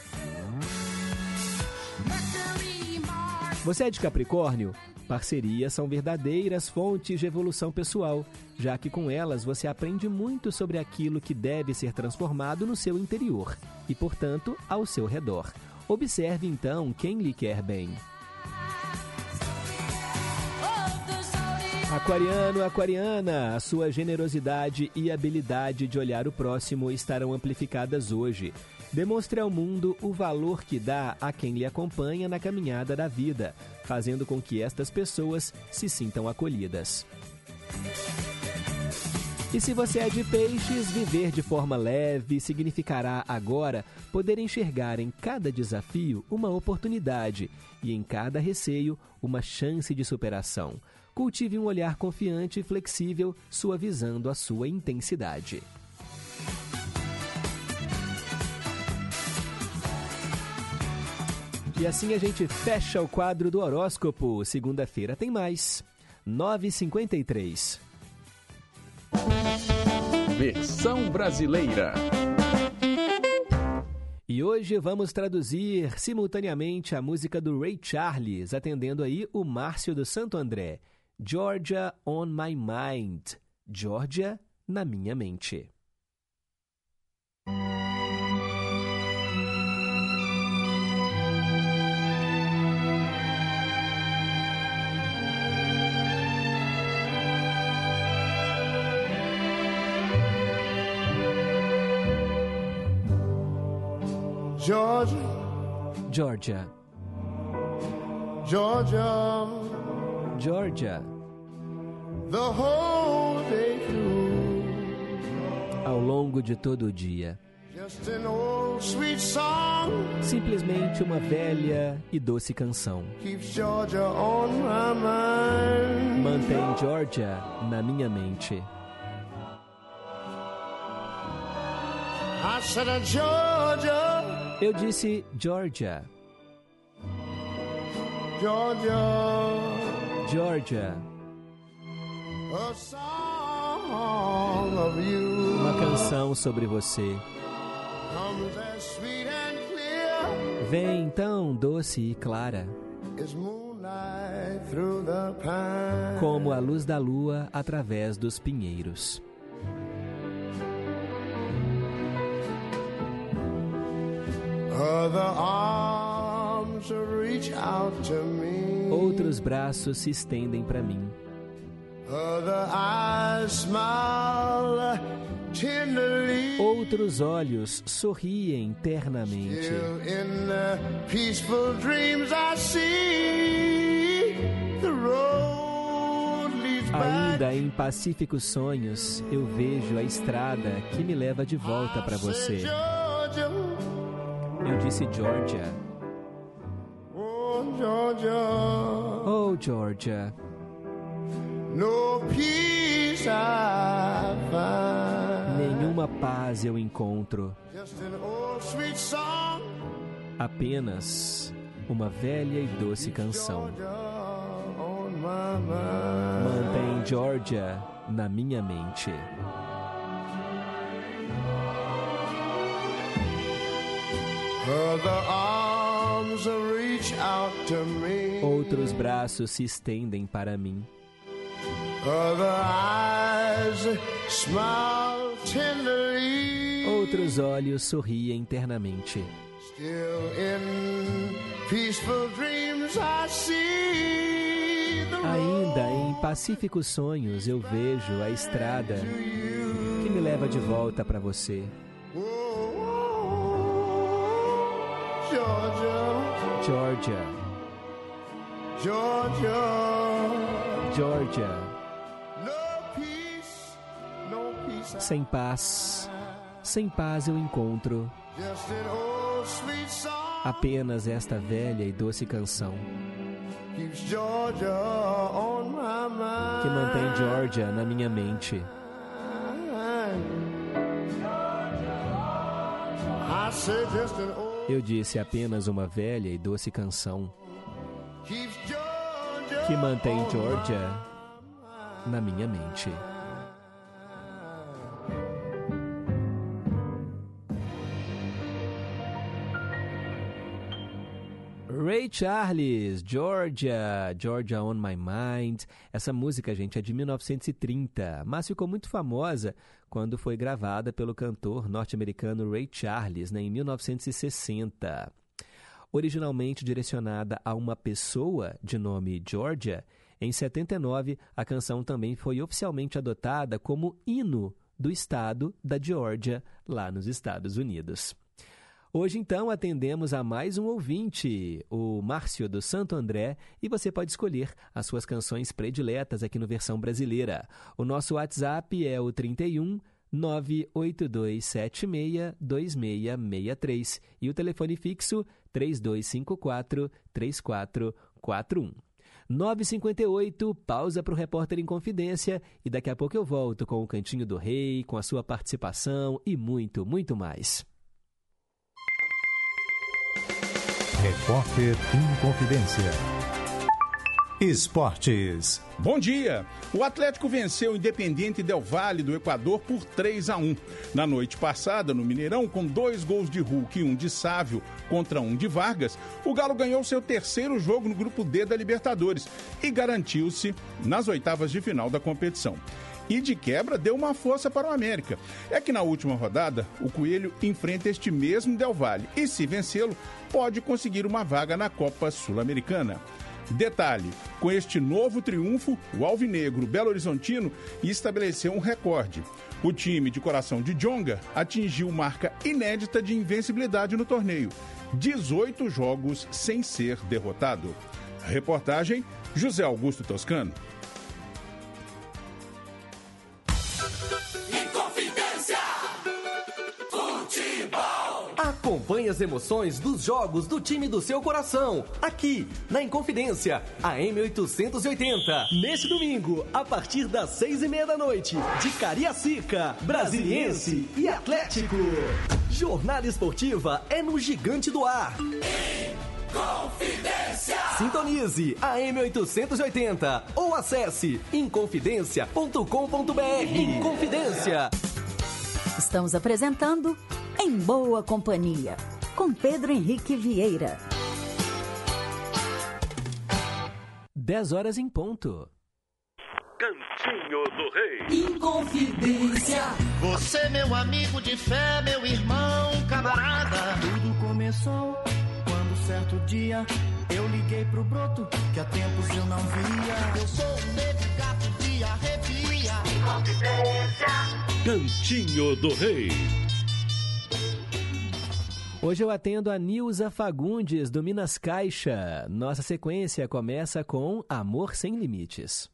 Você é de Capricórnio? Parcerias são verdadeiras fontes de evolução pessoal, já que com elas você aprende muito sobre aquilo que deve ser transformado no seu interior e, portanto, ao seu redor. Observe, então, quem lhe quer bem. Aquariano, aquariana, a sua generosidade e habilidade de olhar o próximo estarão amplificadas hoje. Demonstre ao mundo o valor que dá a quem lhe acompanha na caminhada da vida, fazendo com que estas pessoas se sintam acolhidas. E se você é de Peixes, viver de forma leve significará agora poder enxergar em cada desafio uma oportunidade e em cada receio uma chance de superação. Cultive um olhar confiante e flexível, suavizando a sua intensidade. E assim a gente fecha o quadro do horóscopo. Segunda-feira tem mais. 9h53. Versão brasileira. E hoje hoje vamos traduzir simultaneamente a música do Ray Charles, atendendo aí o Márcio do Santo André. Georgia on my mind. Georgia na minha mente. Georgia, Georgia, Georgia, Georgia, the whole day through. Ao longo de todo o dia. Just an old sweet song. Simplesmente uma velha e doce canção. Keeps Georgia on my mind. Mantém Georgia na minha mente. I said, Georgia. Eu disse Georgia. Georgia. Georgia. A song of you. Uma canção sobre você. Comes as sweet and clear. Vem tão doce e clara. As moonlight through the pine. Como a luz da lua através dos pinheiros. Other arms reach out to me. Outros braços se estendem para mim. Other eyes smile tenderly. Outros olhos sorriem ternamente. Still in the peaceful dreams I see the road leads back. Ainda em pacíficos sonhos, eu vejo a estrada que me leva de volta para você. Eu disse Georgia. Oh, Georgia. Oh, Georgia. No peace I find. Nenhuma paz eu encontro. Just an old sweet song. Apenas uma velha e doce canção. On my mind. Mantém Georgia na minha mente. Other arms reach out to me. Outros braços se estendem para mim. Other eyes smile tenderly. Outros olhos sorriem internamente. Still in peaceful dreams I see the Ainda em pacíficos sonhos eu vejo a estrada que me leva de volta para você. Georgia, Georgia, Georgia, Georgia. no peace. Sem paz eu encontro Just an old sweet song. apenas esta velha e doce canção Keeps Georgia on my mind. que mantém Georgia na minha mente. I said just an old. Eu disse apenas uma velha e doce canção Keeps Georgia que mantém Georgia na minha mente. Ray Charles, Georgia, Georgia on my mind. Essa música, gente, é de 1930, mas ficou muito famosa quando foi gravada pelo cantor norte-americano Ray Charles, em 1960. Originalmente direcionada a uma pessoa de nome Georgia, em 79 a canção também foi oficialmente adotada como hino do estado da Geórgia, lá nos Estados Unidos. Hoje, então, atendemos a mais um ouvinte, o Márcio do Santo André, e você pode escolher as suas canções prediletas aqui no Versão Brasileira. O nosso WhatsApp é o 31 98276 2663 e o telefone fixo 3254 3441. 9h58, pausa para o Repórter em Confidência e daqui a pouco eu volto com o Cantinho do Rei, com a sua participação e muito, muito mais. Repórter em Confidência. Esportes. Bom dia! O Atlético venceu o Independiente Del Valle do Equador por 3-1. Na noite passada, no Mineirão, com 2 gols de Hulk e 1 de Sávio contra 1 de Vargas, o Galo ganhou seu terceiro jogo no Grupo D da Libertadores e garantiu-se nas oitavas de final da competição. E de quebra deu uma força para o América. É que na última rodada, o Coelho enfrenta este mesmo Del Valle e, se vencê-lo, pode conseguir uma vaga na Copa Sul-Americana. Detalhe, com este novo triunfo, o alvinegro Belo Horizontino estabeleceu um recorde. O time de coração de Djonga atingiu marca inédita de invencibilidade no torneio, 18 jogos sem ser derrotado. Reportagem José Augusto Toscano. Acompanhe as emoções dos jogos do time do seu coração, aqui na Inconfidência, AM 880. Neste domingo, a partir das 6:30 da noite, de Cariacica, Brasiliense e Atlético. Jornada esportiva é no Gigante do Ar. Inconfidência! Sintonize AM 880 ou acesse inconfidencia.com.br. Inconfidência. Estamos apresentando Em Boa Companhia, com Pedro Henrique Vieira. 10 horas em ponto. Cantinho do Rei. Inconfidência. Você, meu amigo de fé, meu irmão, camarada. Tudo começou quando certo dia eu liguei pro broto que há tempos eu não via. Eu sou um negro gato de arrepia. Cantinho do Rei. Hoje eu atendo a Nilza Fagundes, do Minas Caixa. Nossa sequência começa com Amor Sem Limites.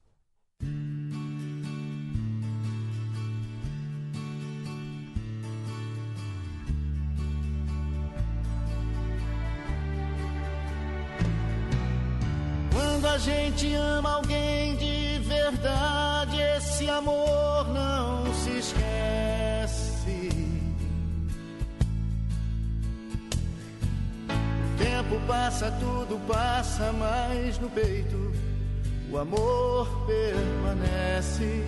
Quando a gente ama alguém de verdade, esse amor não se esquece. O tempo passa, tudo passa, mas no peito o amor permanece.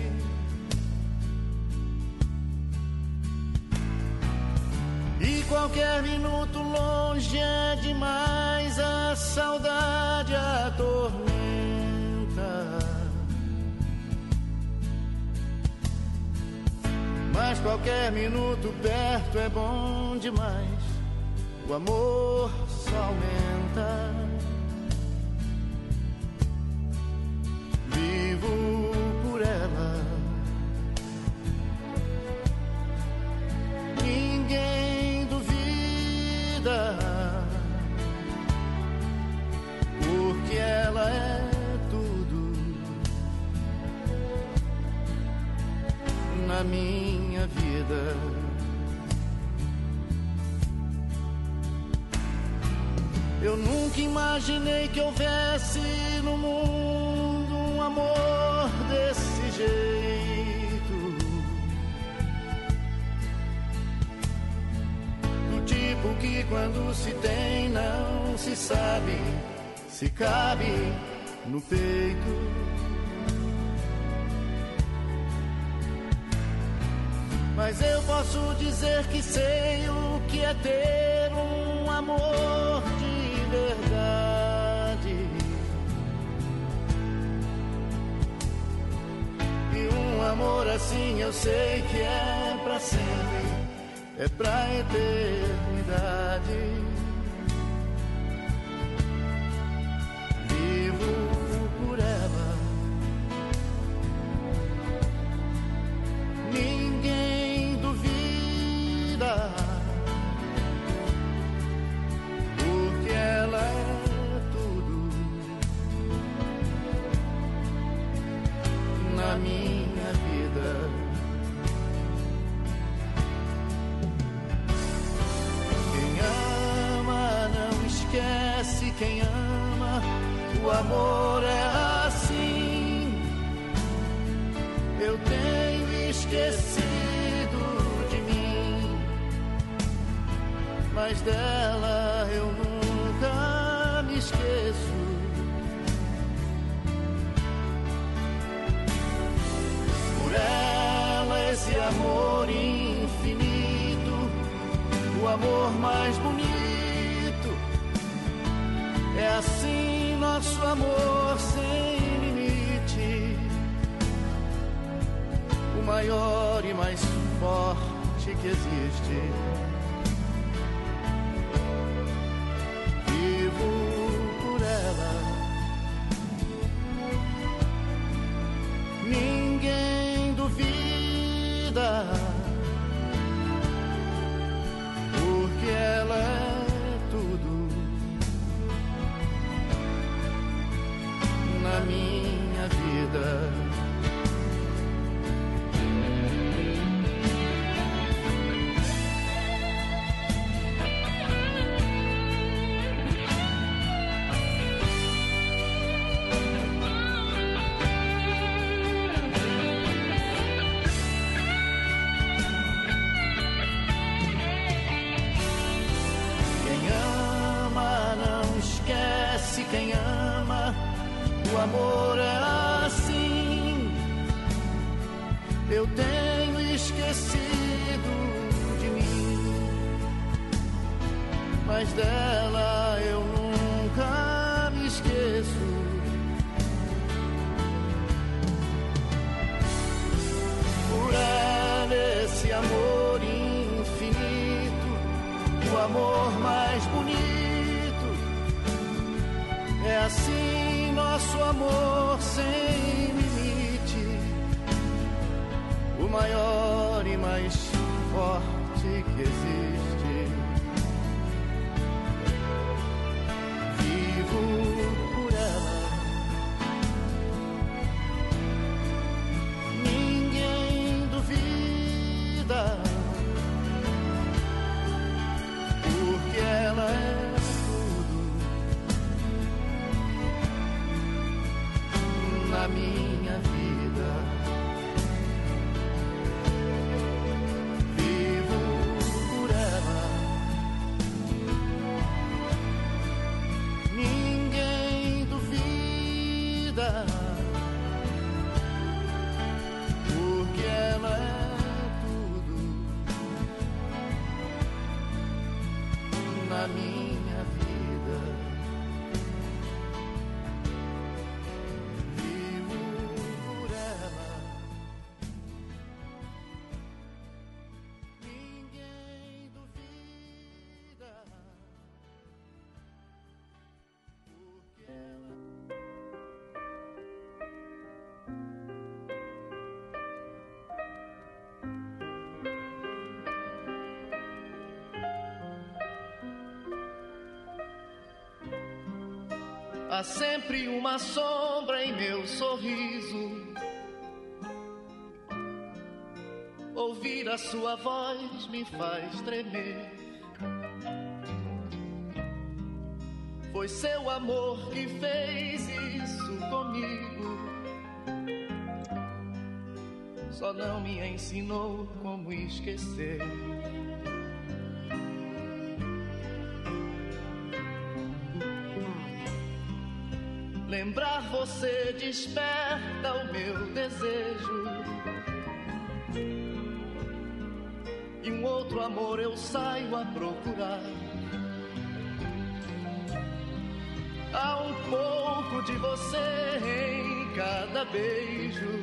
E qualquer minuto longe é demais, a saudade atormenta. Mas qualquer minuto perto é bom demais, o amor só aumenta. Vivo por ela, ninguém duvida, porque ela é tudo na minha vida. Eu nunca imaginei que houvesse no mundo um amor desse jeito, do tipo que quando se tem não se sabe se cabe no peito. Mas eu posso dizer que sei o que é ter um amor de verdade. E um amor assim eu sei que é pra sempre, é pra eternidade. Vivo por ela, ninguém duvida, porque ela é tudo na minha vida. Quem ama não esquece, quem ama, o amor é assim. Eu tenho esquecido de mim, mas dela eu nunca me esqueço. amor infinito, o amor mais bonito. É assim nosso amor sem limite, o maior e mais forte que existe. Vivo por ela, ninguém duvida, porque ela é tudo na minha vida. Quem ama, o amor é assim. Eu tenho esquecido de mim, mas dela eu nunca me esqueço. Por ela esse amor infinito, o amor mais bonito. É assim nosso amor sem limite, o maior e mais forte que existe. Vivo por ela, ninguém duvida, porque ela é na minha vida. Vivo por ela, ninguém duvida, porque ela é tudo na minha vida. Há sempre uma sombra em meu sorriso. Ouvir a sua voz me faz tremer. Foi seu amor que fez isso comigo. Só não me ensinou como esquecer. Lembrar você desperta o meu desejo. E um outro amor eu saio a procurar. Há um pouco de você em cada beijo.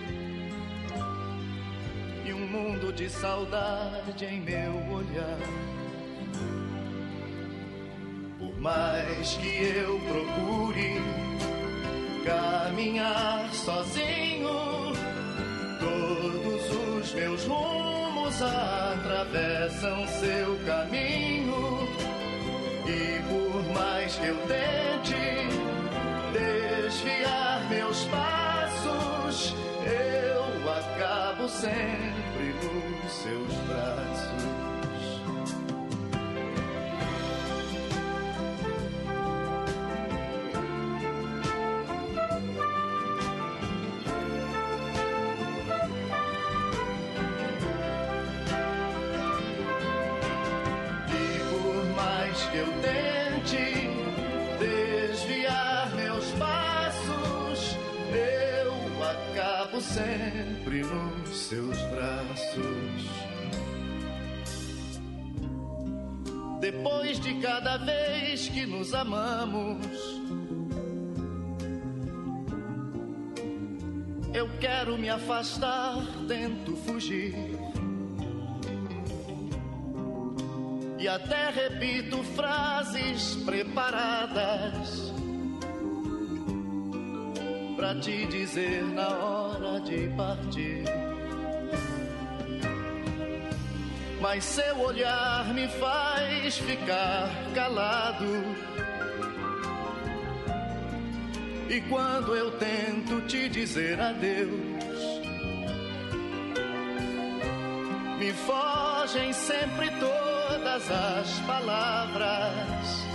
E um mundo de saudade em meu olhar. Por mais que eu procure caminhar sozinho, todos os meus rumos atravessam seu caminho. E por mais que eu tente desviar meus passos, eu acabo sempre nos seus braços. Que eu tente desviar meus passos, eu acabo sempre nos seus braços. Depois de cada vez que nos amamos, eu quero me afastar, tento fugir. E até repito frases preparadas pra te dizer na hora de partir. Mas seu olhar me faz ficar calado. E quando eu tento te dizer adeus, me fogem sempre todas as palavras.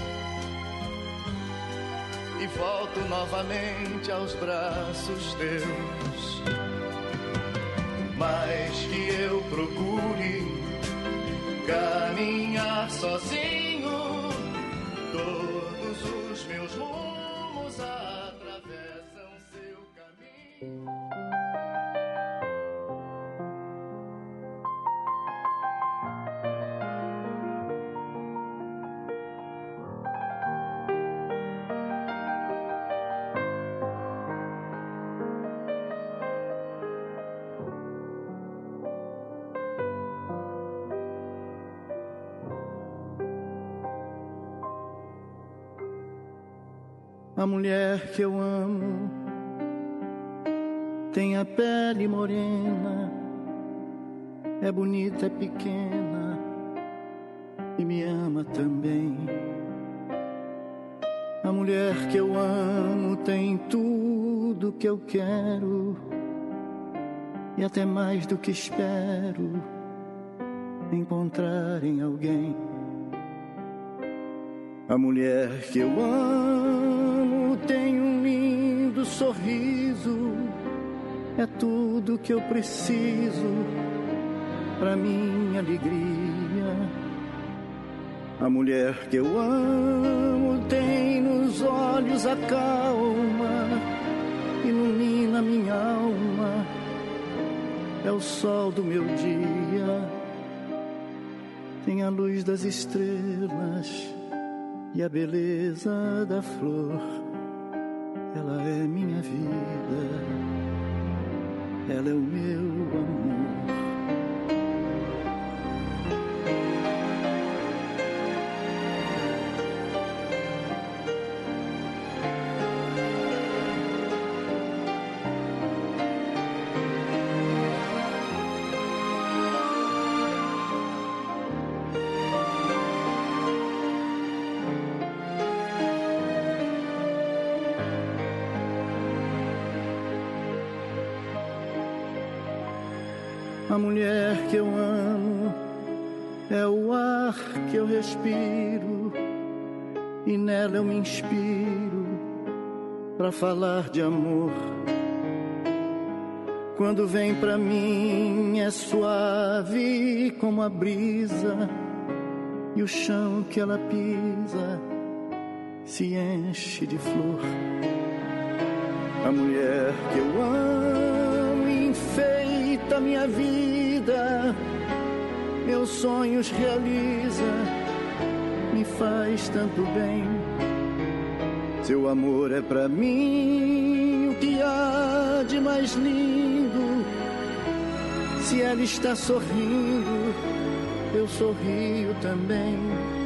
E volto novamente aos braços teus. Mas que eu procure caminhar sozinho, todos os meus rumos atravessam seu caminho. A mulher que eu amo tem a pele morena, é bonita, é pequena e me ama também. A mulher que eu amo tem tudo que eu quero e até mais do que espero encontrar em alguém. A mulher que eu amo tem um lindo sorriso, é tudo que eu preciso pra minha alegria. A mulher que eu amo tem nos olhos a calma, ilumina minha alma, é o sol do meu dia, tem a luz das estrelas e a beleza da flor. Ela é minha vida, ela é o meu amor. A mulher que eu amo é o ar que eu respiro e nela eu me inspiro pra falar de amor. Quando vem pra mim é suave como a brisa e o chão que ela pisa se enche de flor. A mulher que eu amo enfeita minha vida, meus sonhos realiza, me faz tanto bem. Seu amor é pra mim o que há de mais lindo. Se ela está sorrindo, eu sorrio também.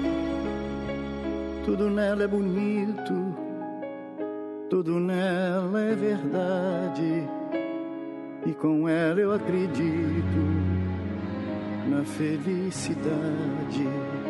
Tudo nela é bonito, tudo nela é verdade. E com ela eu acredito na felicidade.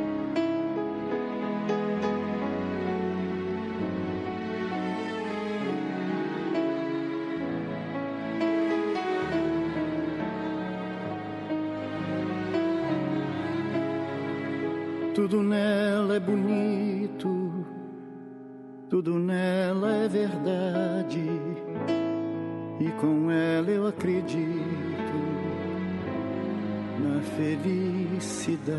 Tudo nela é bonito, tudo nela é verdade. E com ela eu acredito na felicidade.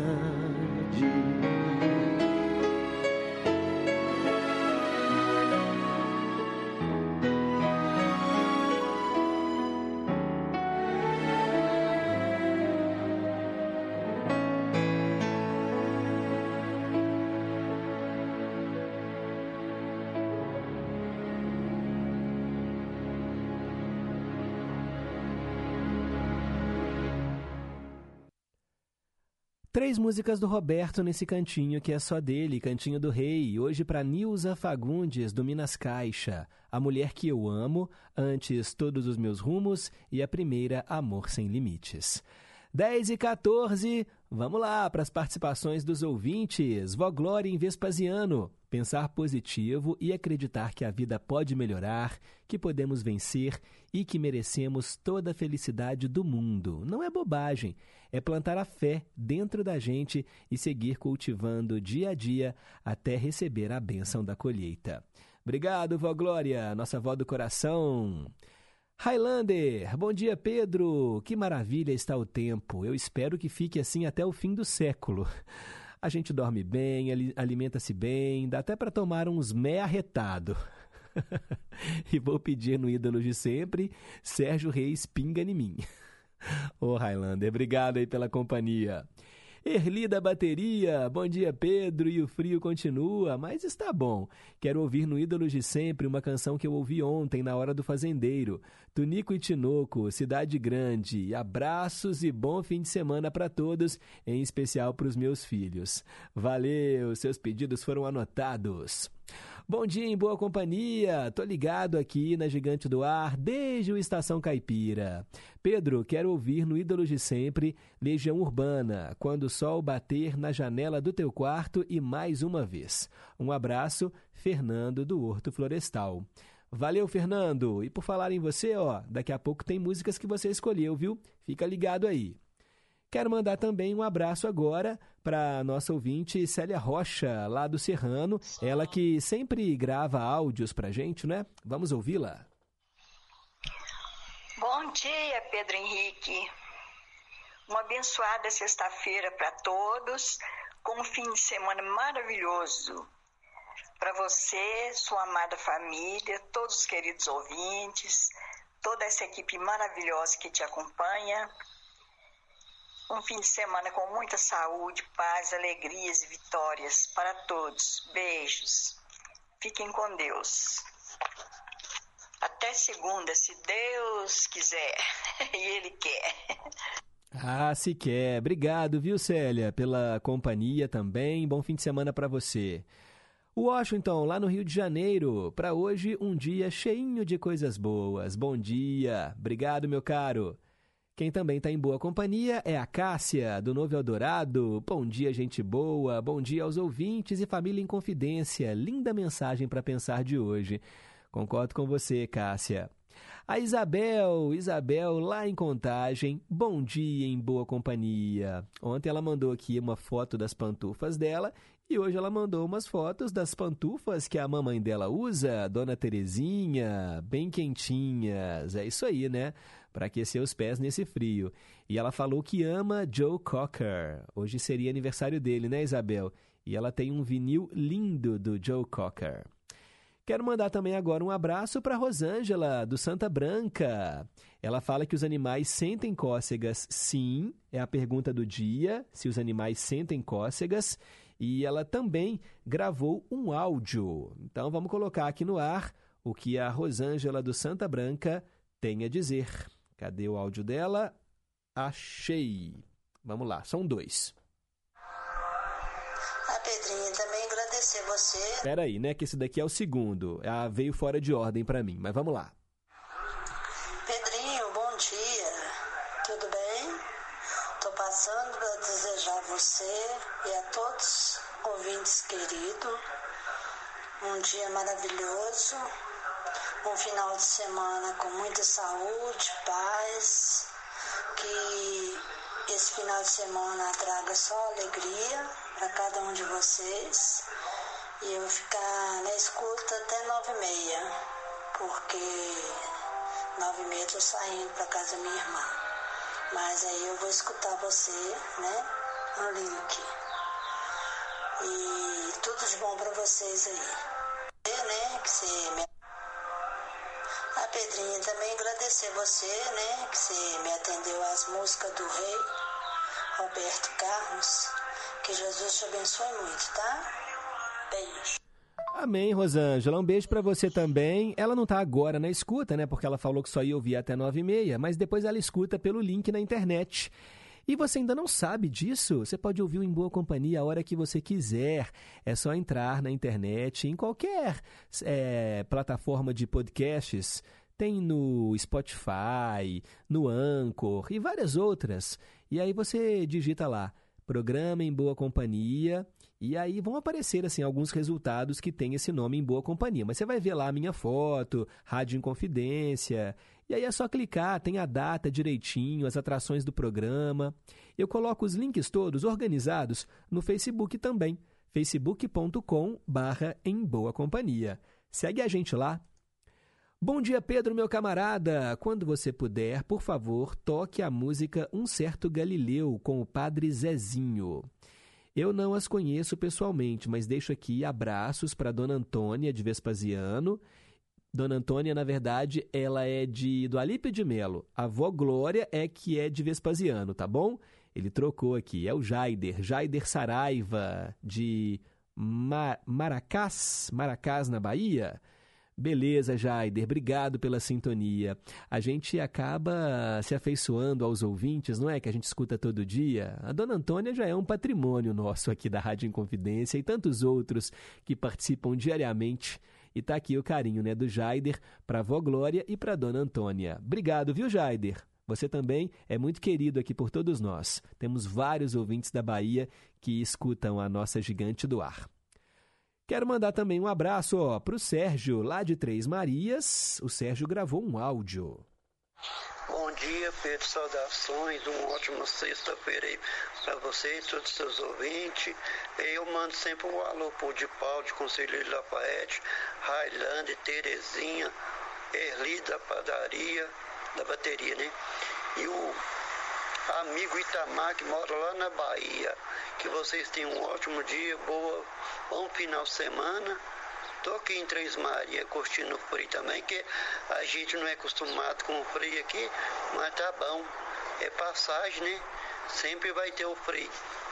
3 músicas do Roberto nesse cantinho que é só dele, Cantinho do Rei. Hoje para Nilza Fagundes, do Minas Caixa. A Mulher que Eu Amo, Antes Todos os Meus Rumos e a primeira, Amor Sem Limites. 10h14, vamos lá para as participações dos ouvintes. Vó Glória em Vespasiano. Pensar positivo e acreditar que a vida pode melhorar, que podemos vencer e que merecemos toda a felicidade do mundo. Não é bobagem, é plantar a fé dentro da gente e seguir cultivando dia a dia até receber a bênção da colheita. Obrigado, Vó Glória, nossa vó do coração. Highlander, bom dia, Pedro. Que maravilha está o tempo. Eu espero que fique assim até o fim do século. A gente dorme bem, alimenta-se bem, dá até para tomar uns mé arretado. E vou pedir no ídolo de sempre, Sérgio Reis Pinga em mim. Ô, Highlander, obrigado aí pela companhia. Erli da Bateria, bom dia, Pedro, e o frio continua, mas está bom. Quero ouvir no Ídolos de Sempre uma canção que eu ouvi ontem na Hora do Fazendeiro. Tunico e Tinoco, Cidade Grande. Abraços e bom fim de semana para todos, em especial para os meus filhos. Valeu, seus pedidos foram anotados. Bom dia em boa companhia, tô ligado aqui na Gigante do Ar desde o Estação Caipira. Pedro, quero ouvir no Ídolos de Sempre, Legião Urbana, Quando o Sol Bater na Janela do Teu Quarto e mais uma vez. Um abraço, Fernando do Horto Florestal. Valeu, Fernando, e por falar em você, daqui a pouco tem músicas que você escolheu, viu? Fica ligado aí. Quero mandar também um abraço agora para a nossa ouvinte Célia Rocha, lá do Serrano. Ela que sempre grava áudios para a gente, né? Vamos ouvi-la. Bom dia, Pedro Henrique. Uma abençoada sexta-feira para todos, com um fim de semana maravilhoso. Para você, sua amada família, todos os queridos ouvintes, toda essa equipe maravilhosa que te acompanha. Um fim de semana com muita saúde, paz, alegrias e vitórias para todos. Beijos. Fiquem com Deus. Até segunda, se Deus quiser. E Ele quer. Ah, se quer. Obrigado, viu, Célia, pela companhia também. Bom fim de semana para você. Washington, lá no Rio de Janeiro. Para hoje, um dia cheinho de coisas boas. Bom dia. Obrigado, meu caro. Quem também está em boa companhia é a Cássia, do Novo Eldorado. Bom dia, gente boa. Bom dia aos ouvintes e família em confidência. Linda mensagem para pensar de hoje. Concordo com você, Cássia. A Isabel, lá em Contagem. Bom dia em boa companhia. Ontem ela mandou aqui uma foto das pantufas dela e hoje ela mandou umas fotos das pantufas que a mamãe dela usa, Dona Terezinha, bem quentinhas. É isso aí, né? Para aquecer os pés nesse frio. E ela falou que ama Joe Cocker. Hoje seria aniversário dele, né, Isabel? E ela tem um vinil lindo do Joe Cocker. Quero mandar também agora um abraço para Rosângela, do Santa Branca. Ela fala que os animais sentem cócegas, sim. É a pergunta do dia, se os animais sentem cócegas. E ela também gravou um áudio. Então vamos colocar aqui no ar o que a Rosângela do Santa Branca tem a dizer. Cadê o áudio dela? Achei. Vamos lá, são 2. Pedrinho, também agradecer você. Espera aí, né, que esse daqui é o segundo. Veio fora de ordem para mim, mas vamos lá. Pedrinho, bom dia. Tudo bem? Tô passando para desejar a você e a todos ouvintes queridos um dia maravilhoso, um final de semana com muita saúde, paz, que esse final de semana traga só alegria para cada um de vocês e eu ficar na escuta até 9h30, porque 9h30 eu tô saindo para casa da minha irmã, mas aí eu vou escutar você, né, no link. E tudo de bom para vocês aí, né, que você me... Pedrinho, também agradecer você, né, que você me atendeu às músicas do rei Roberto Carlos. Que Jesus te abençoe muito, tá? Beijo. Amém, Rosângela. Um beijo pra você também. Ela não tá agora na escuta, né? Porque ela falou que só ia ouvir até 9h30, mas depois ela escuta pelo link na internet. E você ainda não sabe disso? Você pode ouvir o Em Boa Companhia a hora que você quiser. É só entrar na internet, em qualquer plataforma de podcasts. Tem no Spotify, no Anchor e várias outras. E aí você digita lá, Programa Em Boa Companhia, e aí vão aparecer assim, alguns resultados que tem esse nome Em Boa Companhia. Mas você vai ver lá a minha foto, Rádio Inconfidência, e aí é só clicar, tem a data direitinho, as atrações do programa. Eu coloco os links todos organizados no Facebook também, facebook.com/Em Boa Companhia. Segue a gente lá. Bom dia, Pedro, meu camarada. Quando você puder, por favor, toque a música Um Certo Galileu com o Padre Zezinho. Eu não as conheço pessoalmente, mas deixo aqui abraços para Dona Antônia de Vespasiano. Dona Antônia, na verdade, ela é do Alípio de Melo. A avó Glória é que é de Vespasiano, tá bom? Ele trocou aqui. É o Jaider Saraiva, de Maracás, na Bahia. Beleza, Jaider, obrigado pela sintonia. A gente acaba se afeiçoando aos ouvintes, não é? Que a gente escuta todo dia. A Dona Antônia já é um patrimônio nosso aqui da Rádio Inconfidência e tantos outros que participam diariamente. E tá aqui o carinho, né, do Jaider para a Vó Glória e para a Dona Antônia. Obrigado, viu, Jaider? Você também é muito querido aqui por todos nós. Temos vários ouvintes da Bahia que escutam a nossa gigante do ar. Quero mandar também um abraço para o Sérgio, lá de Três Marias. O Sérgio gravou um áudio. Bom dia, Pedro. Saudações. Uma ótima sexta-feira aí para você e todos os seus ouvintes. Eu mando sempre um alô pro de Paulo, de Conselheiro Lafayette, Railândia, Terezinha, Erli da padaria, da bateria, né? E o amigo Itamar, que mora lá na Bahia. Que vocês tenham um ótimo dia, bom final de semana. Tô aqui em Três Marias, curtindo o frio também, que a gente não é acostumado com o frio aqui, mas tá bom. É passagem, né? Sempre vai ter o frio.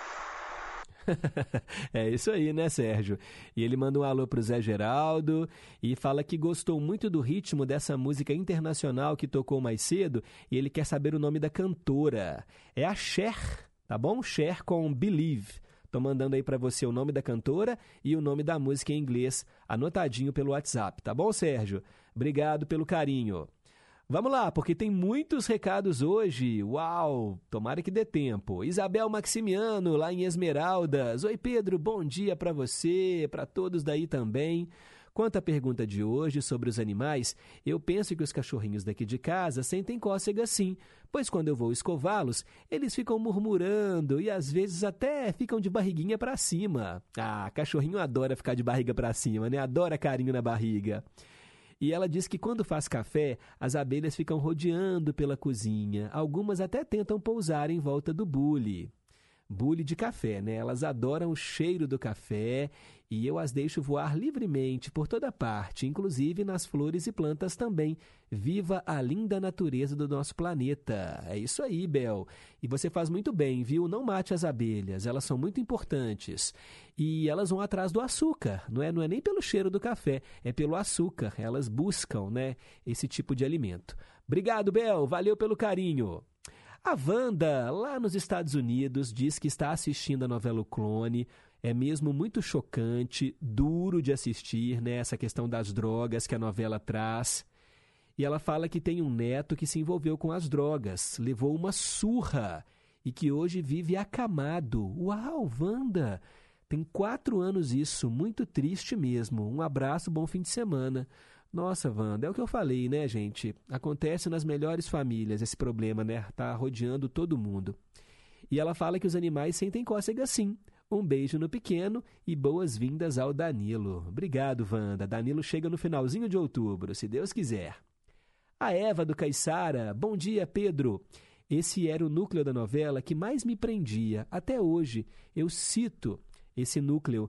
É isso aí, né, Sérgio? E ele manda um alô pro Zé Geraldo e fala que gostou muito do ritmo dessa música internacional que tocou mais cedo e ele quer saber o nome da cantora. É a Cher, tá bom? Cher com Believe. Tô mandando aí para você o nome da cantora e o nome da música em inglês, anotadinho pelo WhatsApp, tá bom, Sérgio? Obrigado pelo carinho. Vamos lá, porque tem muitos recados hoje. Uau, tomara que dê tempo. Isabel Maximiano, lá em Esmeraldas. Oi, Pedro, bom dia para você, para todos daí também. Quanto à pergunta de hoje sobre os animais, eu penso que os cachorrinhos daqui de casa sentem cócega sim, pois quando eu vou escová-los, eles ficam murmurando e às vezes até ficam de barriguinha para cima. Ah, cachorrinho adora ficar de barriga para cima, né? Adora carinho na barriga. E ela diz que quando faz café, as abelhas ficam rodeando pela cozinha. Algumas até tentam pousar em volta do bule. Bule de café, né? Elas adoram o cheiro do café e eu as deixo voar livremente por toda parte, inclusive nas flores e plantas também. Viva a linda natureza do nosso planeta. É isso aí, Bel. E você faz muito bem, viu? Não mate as abelhas, elas são muito importantes. E elas vão atrás do açúcar, não é nem pelo cheiro do café, é pelo açúcar. Elas buscam, né, esse tipo de alimento. Obrigado, Bel. Valeu pelo carinho. A Wanda, lá nos Estados Unidos, diz que está assistindo a novela O Clone. É mesmo muito chocante, duro de assistir, né? Essa questão das drogas que a novela traz. E ela fala que tem um neto que se envolveu com as drogas, levou uma surra e que hoje vive acamado. Uau, Wanda! Tem 4 anos isso, muito triste mesmo. Um abraço, bom fim de semana. Nossa, Wanda, é o que eu falei, né, gente? Acontece nas melhores famílias esse problema, né? Tá rodeando todo mundo. E ela fala que os animais sentem cócega sim. Um beijo no pequeno e boas-vindas ao Danilo. Obrigado, Wanda. Danilo chega no finalzinho de outubro, se Deus quiser. A Eva do Caiçara. Bom dia, Pedro. Esse era o núcleo da novela que mais me prendia. Até hoje, eu cito esse núcleo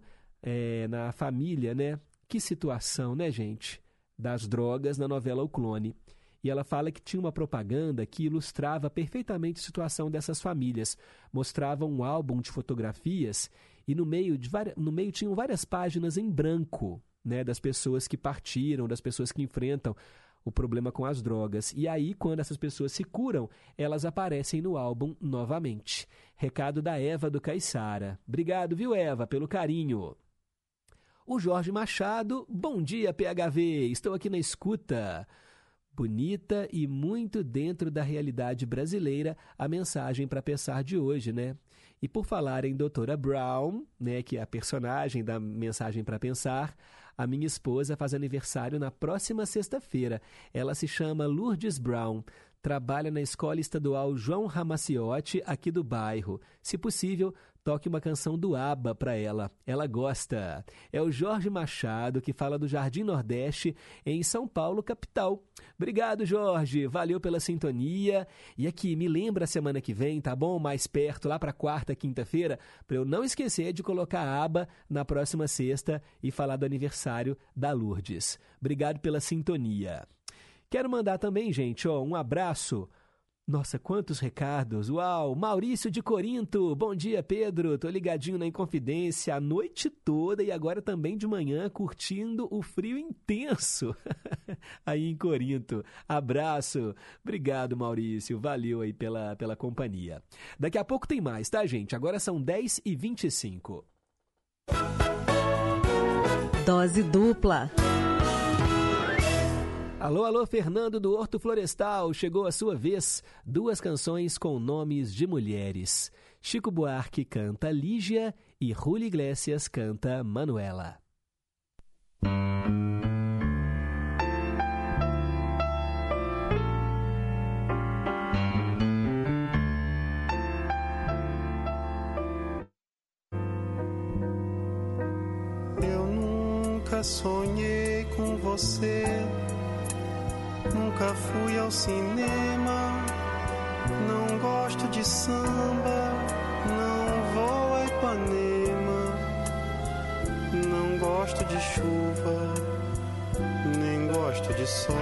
na família, né? Que situação, né, gente? Das drogas na novela O Clone. E ela fala que tinha uma propaganda que ilustrava perfeitamente a situação dessas famílias. Mostrava um álbum de fotografias e no meio tinham várias páginas em branco, né, das pessoas que partiram, das pessoas que enfrentam o problema com as drogas. E aí, quando essas pessoas se curam, elas aparecem no álbum novamente. Recado da Eva do Caiçara. Obrigado, viu, Eva, pelo carinho. O Jorge Machado, bom dia, PHV, estou aqui na escuta. Bonita e muito dentro da realidade brasileira a mensagem para pensar de hoje, né? E por falar em Doutora Brown, né, que é a personagem da mensagem para pensar, a minha esposa faz aniversário na próxima sexta-feira. Ela se chama Lourdes Brown. Trabalha na Escola Estadual João Ramaciotti, aqui do bairro. Se possível, toque uma canção do ABBA para ela. Ela gosta. É o Jorge Machado, que fala do Jardim Nordeste, em São Paulo, capital. Obrigado, Jorge. Valeu pela sintonia. E aqui, me lembra a semana que vem, tá bom? Mais perto, lá para quarta, quinta-feira, para eu não esquecer de colocar a ABBA na próxima sexta e falar do aniversário da Lourdes. Obrigado pela sintonia. Quero mandar também, gente, um abraço. Nossa, quantos recados. Uau, Maurício de Corinto. Bom dia, Pedro. Tô ligadinho na Inconfidência a noite toda e agora também de manhã curtindo o frio intenso aí em Corinto. Abraço. Obrigado, Maurício. Valeu aí pela companhia. Daqui a pouco tem mais, tá, gente? Agora são 10h25. Dose dupla. Alô, alô, Fernando do Horto Florestal, chegou a sua vez. 2 canções com nomes de mulheres. Chico Buarque canta Lígia e Julio Iglesias canta Manuela. Eu nunca sonhei com você. Nunca fui ao cinema, não gosto de samba, não vou a Ipanema, não gosto de chuva, nem gosto de sol.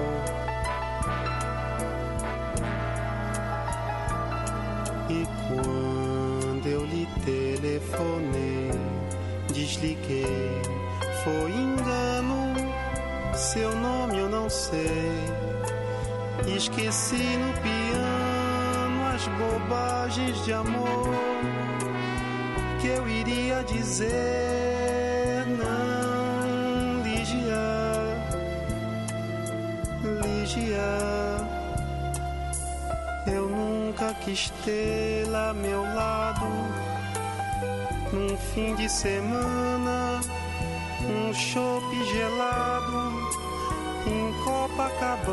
E quando eu lhe telefonei, desliguei, foi engano. Seu nome eu não sei. Esqueci no piano as bobagens de amor que eu iria dizer. Não, Lígia, Lígia, eu nunca quis tê-la ao meu lado num fim de semana, um chopp gelado em Copacabana,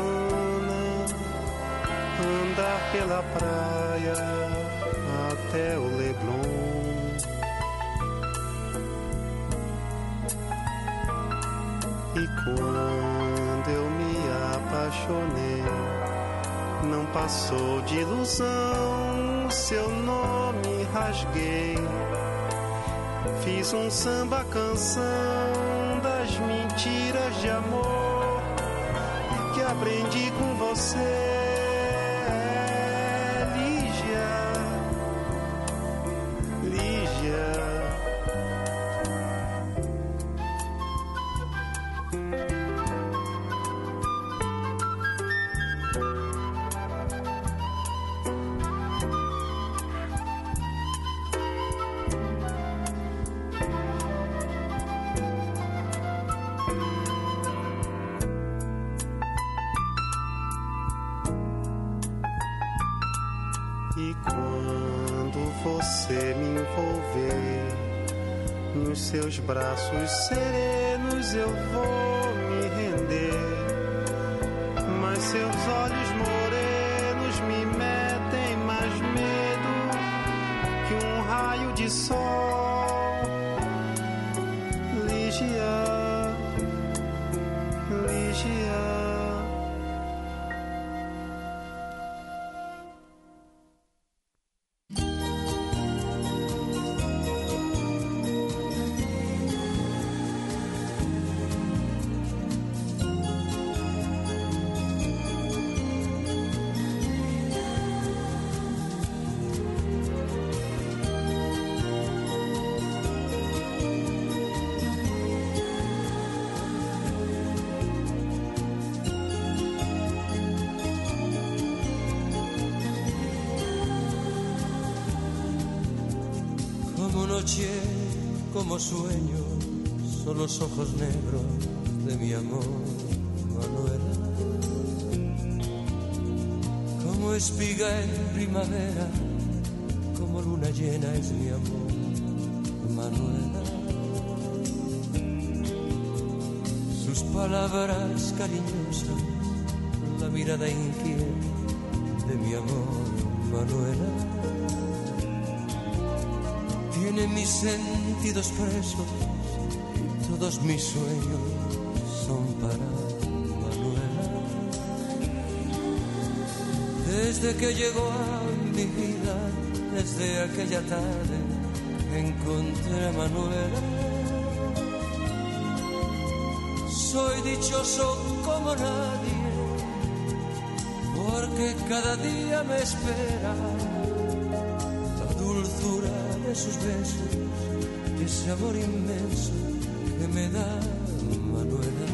andar pela praia até o Leblon. E quando eu me apaixonei, não passou de ilusão, seu nome rasguei. Fiz um samba canção das mentiras de amor que aprendi com você, Lígia, Lígia. E quando você me envolver nos seus braços serenos, eu vou me render. Mas seus olhos morenos me metem mais medo que um raio de sol, Lígia, Lígia. noche como sueño son los ojos negros de mi amor, Manuela. Como espiga en primavera, como luna llena es mi amor, Manuela. Sus palabras cariñosas, la mirada inquieta de mi amor, Manuela. Tiene mis sentidos presos y todos mis sueños son para Manuela. Desde que llegó a mi vida, desde aquella tarde, encontré a Manuela. Soy dichoso como nadie, porque cada día me espera la dulzura de sus besos, ese amor inmenso que me da Manuela.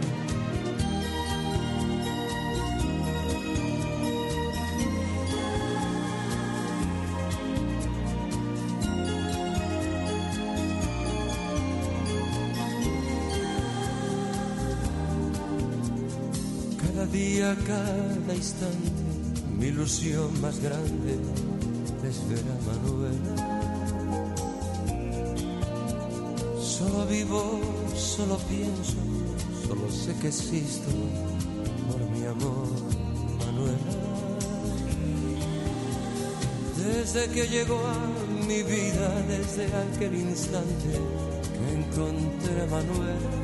Cada día, cada instante, mi ilusión más grande es ver a Manuela. Solo vivo, solo pienso, solo sé que existo por mi amor, Manuela. Desde que llegó a mi vida, desde aquel instante que encontré a Manuela,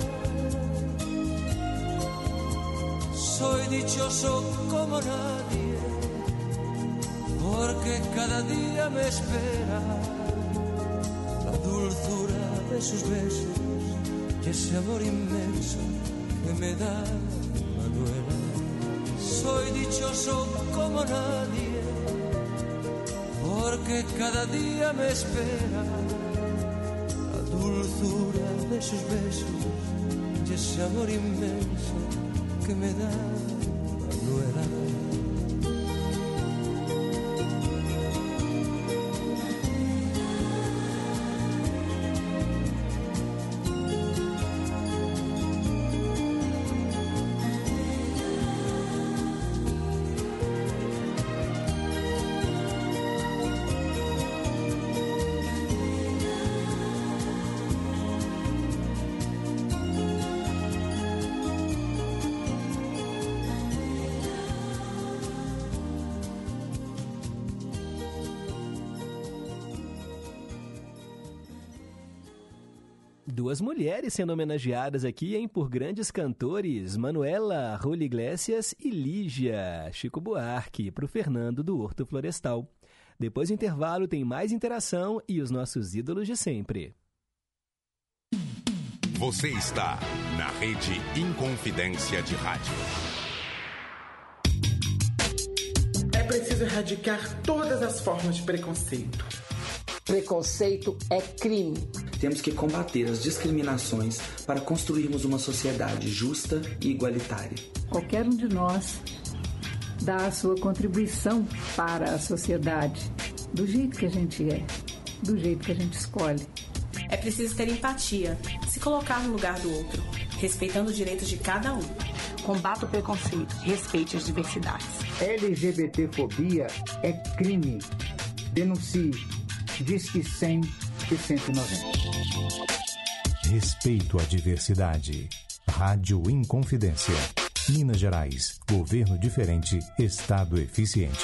soy dichoso como nadie, porque cada día me espera la dulzura de sus besos y ese amor inmenso que me da Manuela. Soy dichoso como nadie, porque cada día me espera la dulzura de sus besos y ese amor inmenso que me da Manuela. Duas mulheres sendo homenageadas aqui, hein, por grandes cantores, Manuela, Julio Iglesias e Lígia, Chico Buarque, para o Fernando do Horto Florestal. Depois do intervalo tem mais interação e os nossos ídolos de sempre. Você está na Rede Inconfidência de Rádio. É preciso erradicar todas as formas de preconceito. Preconceito é crime. Temos que combater as discriminações para construirmos uma sociedade justa e igualitária. Qualquer um de nós dá a sua contribuição para a sociedade, do jeito que a gente é, do jeito que a gente escolhe. É preciso ter empatia, se colocar no lugar do outro, respeitando os direitos de cada um. Combata o preconceito, respeite as diversidades. LGBTfobia é crime. Denuncie. Disque 100 e 190. Respeito à diversidade. Rádio Inconfidência. Minas Gerais. Governo diferente. Estado eficiente.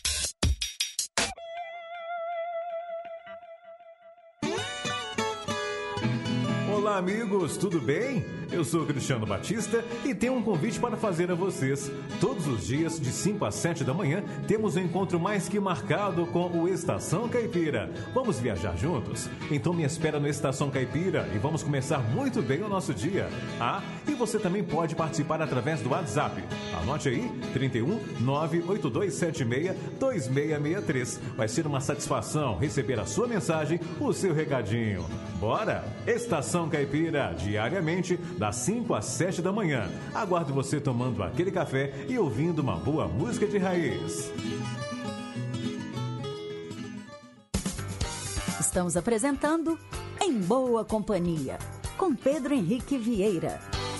Olá, amigos, tudo bem? Eu sou Cristiano Batista e tenho um convite para fazer a vocês. Todos os dias, de 5 às 7 da manhã, temos um encontro mais que marcado com o Estação Caipira. Vamos viajar juntos? Então me espera no Estação Caipira e vamos começar muito bem o nosso dia. Ah, e você também pode participar através do WhatsApp. Anote aí, 31 98276 2663. Vai ser uma satisfação receber a sua mensagem, o seu recadinho. Bora? Estação Caipira, diariamente, das 5 às 7 da manhã. Aguardo você tomando aquele café e ouvindo uma boa música de raiz. Estamos apresentando Em Boa Companhia, com Pedro Henrique Vieira.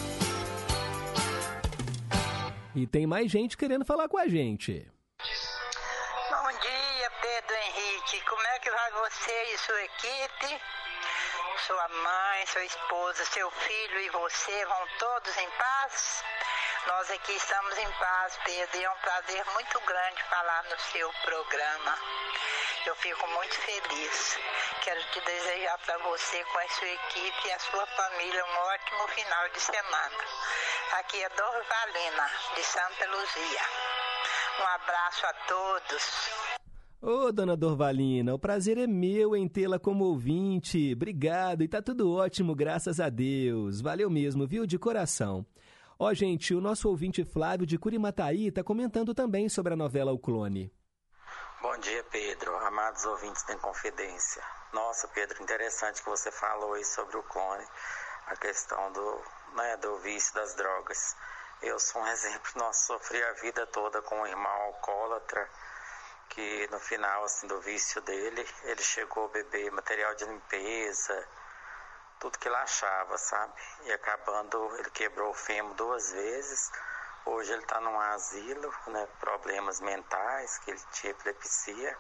E tem mais gente querendo falar com a gente. Bom dia, Pedro Henrique. Como é que vai você e sua equipe? Sua mãe, sua esposa, seu filho e você vão todos em paz? Nós aqui estamos em paz, Pedro, e é um prazer muito grande falar no seu programa. Eu fico muito feliz. Quero te desejar para você, com a sua equipe e a sua família, um ótimo final de semana. Aqui é Dorvalina, de Santa Luzia. Um abraço a todos. Ô, dona Dorvalina, o prazer é meu em tê-la como ouvinte. Obrigado, e tá tudo ótimo, graças a Deus. Valeu mesmo, viu? De coração. Ó, gente, o nosso ouvinte Flávio de Curimataí tá comentando também sobre a novela O Clone. Bom dia, Pedro. Amados ouvintes da Inconfidência. Nossa, Pedro, interessante que você falou aí sobre o clone, a questão do vício das drogas. Eu sou um exemplo. Nossa, sofri a vida toda com um irmão alcoólatra, que no final assim, do vício dele, ele chegou a beber material de limpeza, tudo que ele achava, sabe? E acabando, ele quebrou o fêmur 2 vezes. Hoje ele está num asilo, né? Problemas mentais, que ele tinha epilepsia.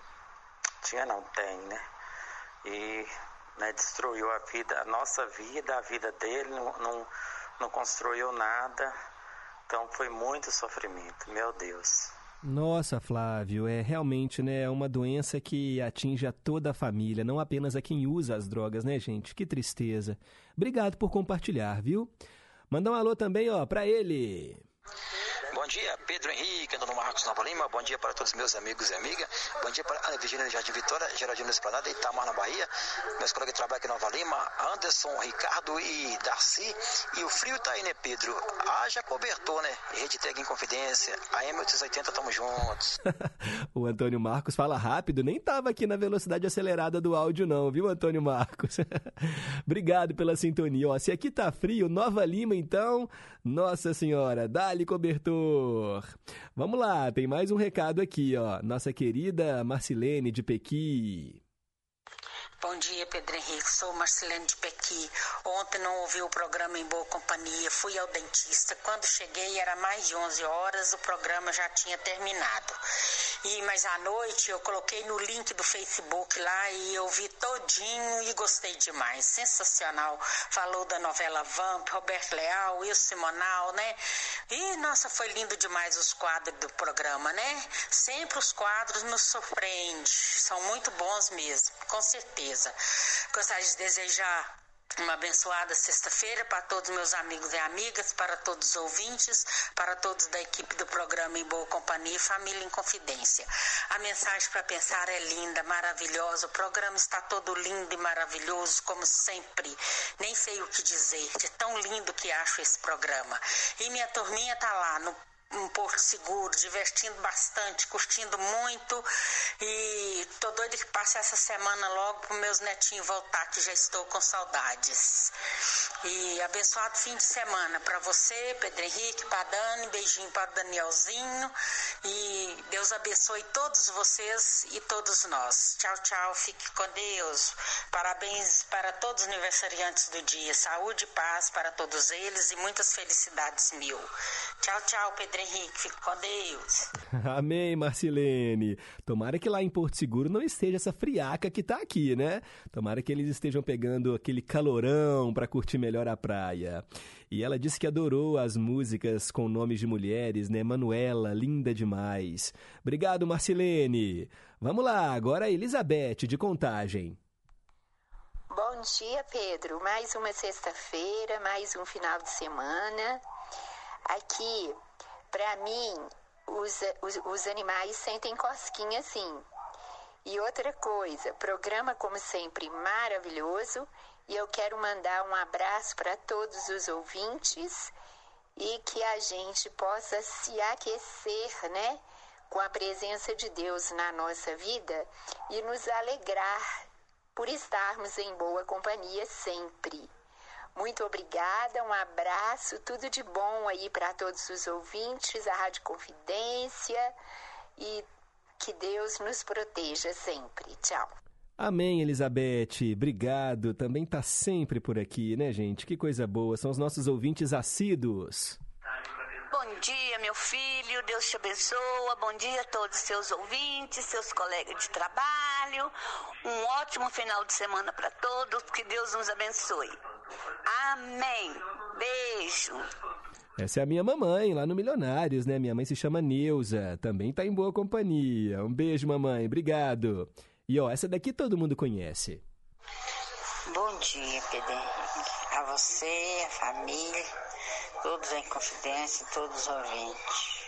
Tem, né? E destruiu a vida, a nossa vida, a vida dele, não construiu nada. Então foi muito sofrimento, meu Deus. Nossa, Flávio, é realmente, né, uma doença que atinge a toda a família, não apenas a quem usa as drogas, né, gente? Que tristeza. Obrigado por compartilhar, viu? Mandar um alô também, ó, pra ele. Bom dia, Pedro Henrique, Dona Marcos Nova Lima. Bom dia para todos os meus amigos e amigas. Bom dia para Ana Virgínia Jardim Vitória, Geraldino Esplanada, Itamar na Bahia. Meus colegas de trabalho aqui em Nova Lima, Anderson, Ricardo e Darcy. E o frio tá aí, né, Pedro? Haja cobertor, né? Rede Teg em Confidência, AM 880, tamo juntos. O Antônio Marcos fala rápido, nem tava aqui na velocidade acelerada do áudio não, viu, Antônio Marcos? Obrigado pela sintonia. Ó, se aqui tá frio, Nova Lima, então, nossa senhora, dá-lhe cobertor. Vamos lá, tem mais um recado aqui, ó. Nossa querida Marcilene de Pequi. Bom dia, Pedro Henrique. Sou Marcilene de Pequi. Ontem não ouvi o programa Em Boa Companhia. Fui ao dentista. Quando cheguei era mais de 11 horas. O programa já tinha terminado. Mas à noite eu coloquei no link do Facebook lá e eu vi todinho e gostei demais. Sensacional. Falou da novela Vamp, Roberto Leal, Wilson Simonal, né? E, nossa, foi lindo demais os quadros do programa, né? Sempre os quadros nos surpreendem. São muito bons mesmo, com certeza. Gostaria de desejar uma abençoada sexta-feira para todos meus amigos e amigas, para todos os ouvintes, para todos da equipe do programa Em Boa Companhia e Família em Confidência. A mensagem para pensar é linda, maravilhosa. O programa está todo lindo e maravilhoso, como sempre. Nem sei o que dizer, de tão lindo que acho esse programa. E minha turminha está lá no Porto Seguro, divertindo bastante, curtindo muito, e tô doida que passe essa semana logo para meus netinhos voltar, que já estou com saudades. E abençoado fim de semana para você, Pedro Henrique, para Dani, beijinho para Danielzinho, e Deus abençoe todos vocês e todos nós. Tchau, tchau, fique com Deus. Parabéns para todos os aniversariantes do dia, saúde e paz para todos eles e muitas felicidades mil. Tchau, tchau, Pedro Henrique, fique com Deus. Amém, Marcilene. Tomara que lá em Porto Seguro não esteja essa friaca que tá aqui, né? Tomara que eles estejam pegando aquele calorão para curtir melhor a praia. E ela disse que adorou as músicas com nomes de mulheres, né? Manuela, linda demais. Obrigado, Marcilene. Vamos lá, agora a Elizabeth, de Contagem. Bom dia, Pedro. Mais uma sexta-feira, mais um final de semana. Aqui, para mim, os animais sentem cosquinha, sim. E outra coisa, programa como sempre maravilhoso, e eu quero mandar um abraço para todos os ouvintes e que a gente possa se aquecer, né, com a presença de Deus na nossa vida e nos alegrar por estarmos em boa companhia sempre. Muito obrigada, um abraço, tudo de bom aí para todos os ouvintes, a Rádio Confidência, e que Deus nos proteja sempre. Tchau. Amém, Elizabeth. Obrigado. Também tá sempre por aqui, né, gente? Que coisa boa. São os nossos ouvintes assíduos. Bom dia, meu filho. Deus te abençoa. Bom dia a todos os seus ouvintes, seus colegas de trabalho. Um ótimo final de semana para todos. Que Deus nos abençoe. Amém. Beijo. Essa é a minha mamãe, lá no Milionários, né? Minha mãe se chama Neuza. Também tá em boa companhia. Um beijo, mamãe. Obrigado. E, ó, essa daqui todo mundo conhece. Bom dia, Pedro Henrique. A você, a família, todos em confidência, todos os ouvintes.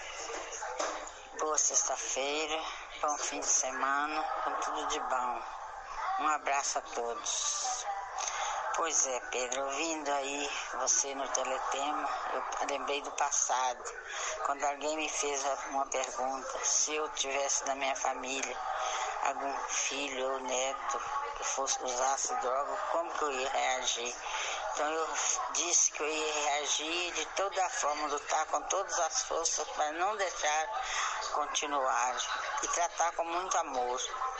Boa sexta-feira, bom fim de semana, com tudo de bom. Um abraço a todos. Pois é, Pedro, ouvindo aí você no Teletema, eu lembrei do passado, quando alguém me fez uma pergunta, se eu tivesse na minha família algum filho ou neto que usasse droga, como que eu ia reagir? Então eu disse que eu ia reagir de toda a forma, lutar com todas as forças para não deixar continuar e tratar com muito amor.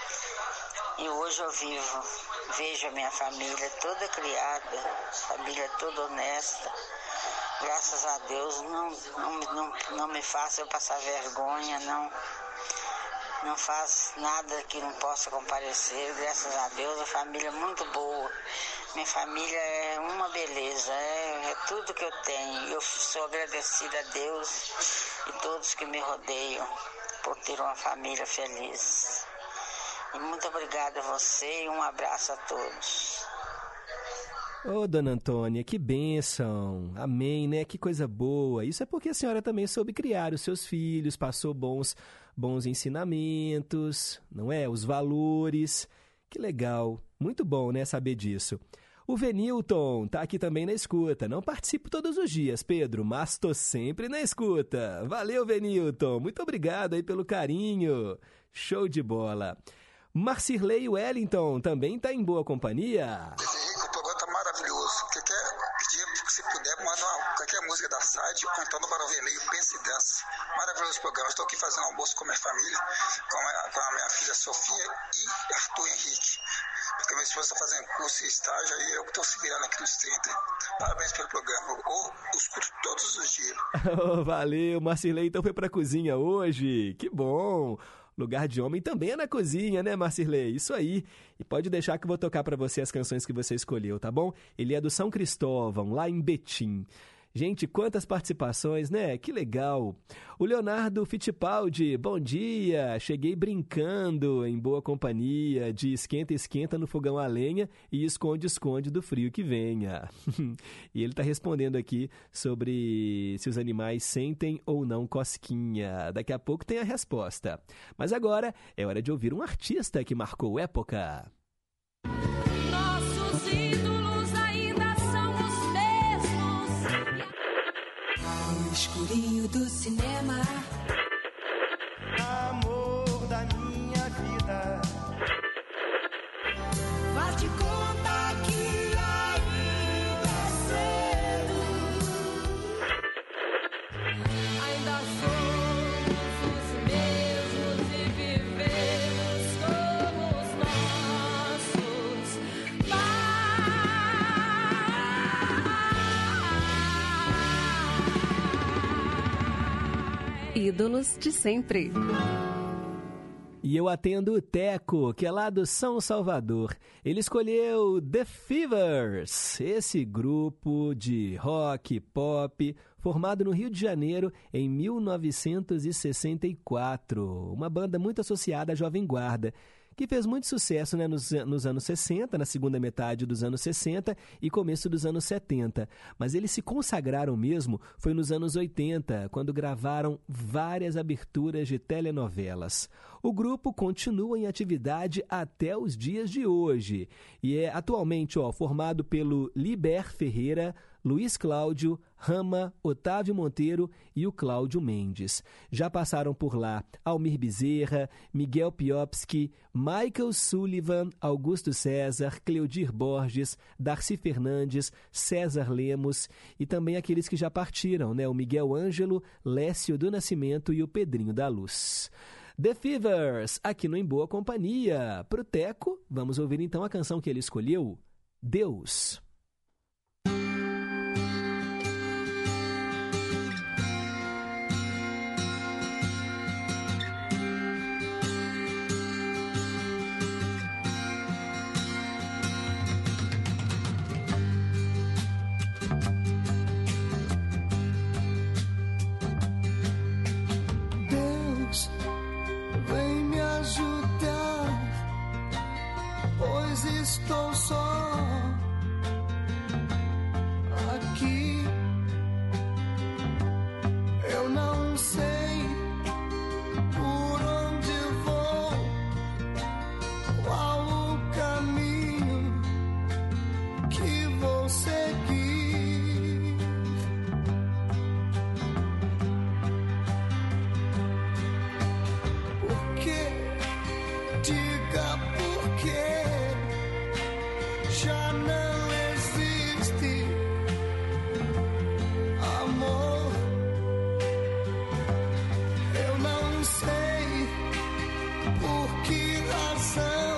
E hoje eu vejo a minha família toda criada, família toda honesta. Graças a Deus não me faça eu passar vergonha, não faz nada que não possa comparecer. Graças a Deus, a família é muito boa. Minha família é uma beleza, é tudo que eu tenho. Eu sou agradecida a Deus e todos que me rodeiam por ter uma família feliz. E muito obrigada a você e um abraço a todos. Ô, dona Antônia, que bênção. Amém, né? Que coisa boa. Isso é porque a senhora também soube criar os seus filhos, passou bons ensinamentos, não é? Os valores. Que legal. Muito bom, né, saber disso. O Venilton tá aqui também na escuta. Não participo todos os dias, Pedro, mas tô sempre na escuta. Valeu, Venilton. Muito obrigado aí pelo carinho. Show de bola. Marcirley Wellington também tá em boa companhia. O programa tá maravilhoso. Se puder, manda qualquer música da Sade, cantando Barão Vermelho, Pensa e Dança. Maravilhoso programa. Estou aqui fazendo almoço com a minha família, com a minha filha Sofia e Arthur Henrique. Porque minha esposa está fazendo curso e estágio e eu que estou se virando aqui nos 30. Parabéns pelo programa. Eu escuto todos os dias. Valeu, Marcirley. Então foi pra cozinha hoje. Que bom. Lugar de homem também é na cozinha, né, Marcirley? Isso aí. E pode deixar que eu vou tocar pra você as canções que você escolheu, tá bom? Ele é do São Cristóvão, lá em Betim. Gente, quantas participações, né? Que legal. O Leonardo Fittipaldi, bom dia. Cheguei brincando em boa companhia de esquenta no fogão a lenha e esconde do frio que venha. E ele está respondendo aqui sobre se os animais sentem ou não cosquinha. Daqui a pouco tem a resposta. Mas agora é hora de ouvir um artista que marcou época. Nossos ídolos ainda são os mesmos. No escurinho do cinema, amor da minha vida, faz de conta que ainda é cedo. Ainda somos os mesmos e vivemos como os nossos pais. Ídolos de sempre. E eu atendo o Teco, que é lá do São Salvador. Ele escolheu The Fevers, esse grupo de rock, pop, formado no Rio de Janeiro em 1964. Uma banda muito associada à Jovem Guarda, que fez muito sucesso, né, nos anos 60, na segunda metade dos anos 60 e começo dos anos 70. Mas eles se consagraram mesmo foi nos anos 80, quando gravaram várias aberturas de telenovelas. O grupo continua em atividade até os dias de hoje e é atualmente formado pelo Liber Ferreira, Luiz Cláudio, Rama, Otávio Monteiro e o Cláudio Mendes. Já passaram por lá Almir Bezerra, Miguel Piopski, Michael Sullivan, Augusto César, Cleudir Borges, Darcy Fernandes, César Lemos e também aqueles que já partiram, né? O Miguel Ângelo, Lécio do Nascimento e o Pedrinho da Luz. The Fevers, aqui no Em Boa Companhia. Pro Teco, vamos ouvir então a canção que ele escolheu, Deus. Vem me ajudar, pois estou só aqui. Eu não sei por onde vou, qual o caminho que vou seguir. Diga por quê, já não existe amor. Eu não sei por que razão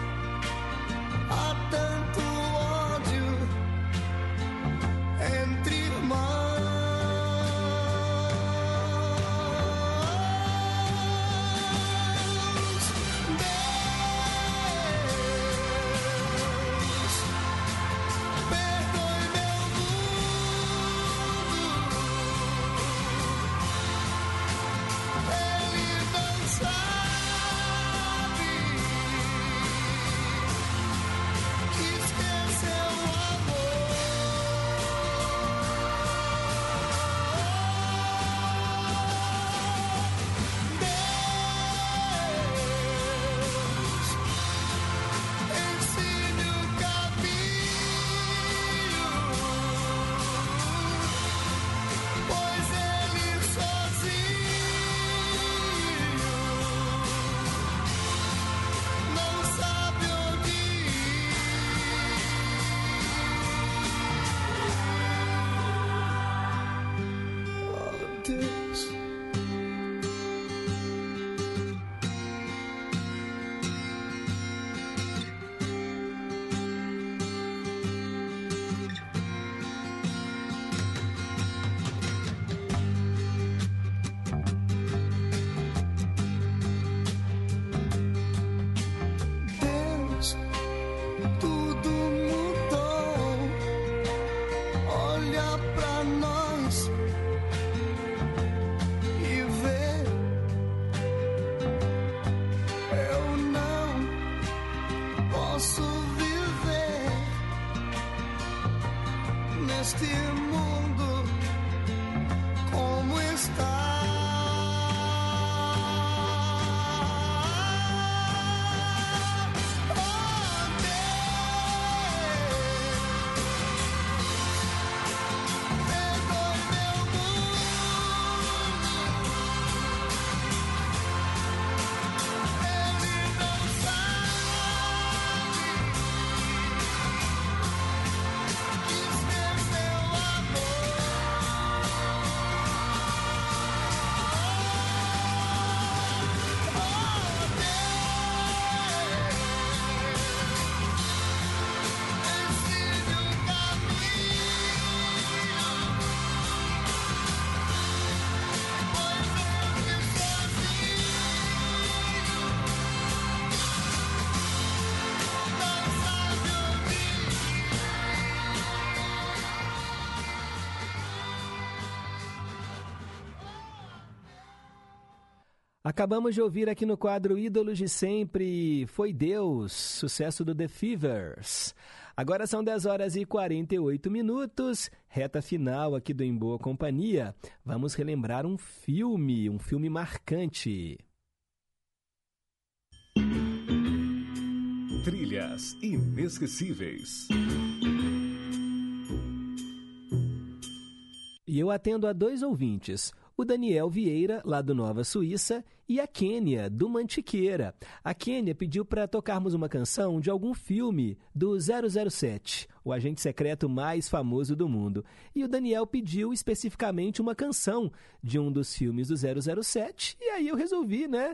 há tanto ódio entre irmãos. Neste mundo como está. Acabamos de ouvir aqui no quadro Ídolos de Sempre, Foi Deus, sucesso do The Fevers. Agora são 10 horas e 48 minutos, reta final aqui do Em Boa Companhia. Vamos relembrar um filme marcante. Trilhas inesquecíveis. E eu atendo a 2 ouvintes, o Daniel Vieira, lá do Nova Suíça, e a Kênia, do Mantiqueira. A Kênia pediu para tocarmos uma canção de algum filme do 007, o agente secreto mais famoso do mundo. E o Daniel pediu especificamente uma canção de um dos filmes do 007, e aí eu resolvi,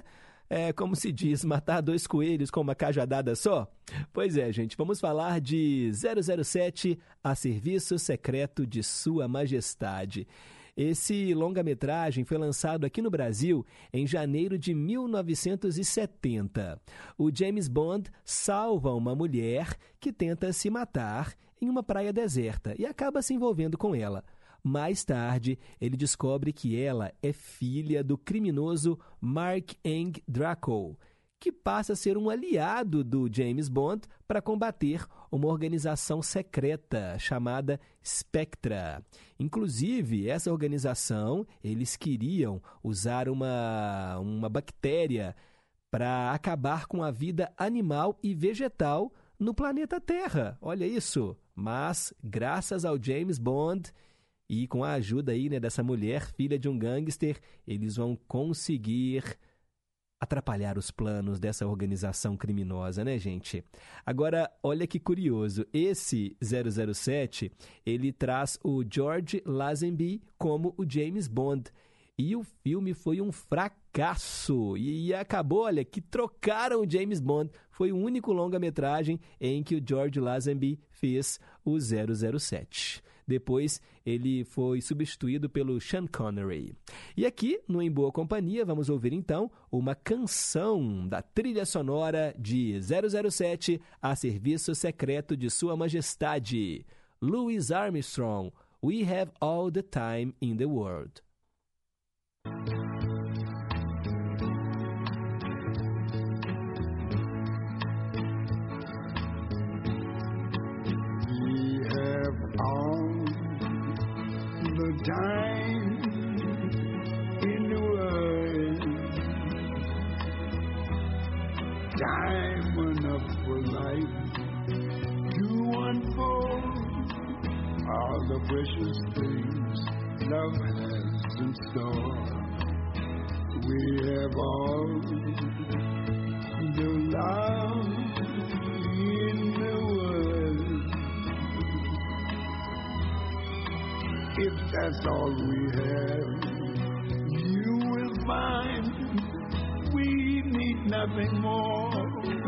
como se diz, matar 2 coelhos com uma cajadada só? Pois é, gente, vamos falar de 007 a serviço secreto de Sua Majestade. Esse longa-metragem foi lançado aqui no Brasil em janeiro de 1970. O James Bond salva uma mulher que tenta se matar em uma praia deserta e acaba se envolvendo com ela. Mais tarde, ele descobre que ela é filha do criminoso Mark Eng Draco, que passa a ser um aliado do James Bond para combater uma organização secreta chamada Spectra. Inclusive, essa organização, eles queriam usar uma bactéria para acabar com a vida animal e vegetal no planeta Terra. Olha isso! Mas, graças ao James Bond e com a ajuda aí, né, dessa mulher, filha de um gangster, eles vão conseguir atrapalhar os planos dessa organização criminosa, né, gente? Agora, olha que curioso, esse 007, ele traz o George Lazenby como o James Bond. E o filme foi um fracasso. E acabou, olha, que trocaram o James Bond. Foi o único longa-metragem em que o George Lazenby fez o 007. Depois, ele foi substituído pelo Sean Connery. E aqui, no Em Boa Companhia, vamos ouvir então uma canção da trilha sonora de 007 a serviço secreto de Sua Majestade. Louis Armstrong, We Have All the Time in the World. All the time in the world, time enough for life to unfold all the precious things love has in store. We have all the love in the world. If that's all we have, you will find we need nothing more.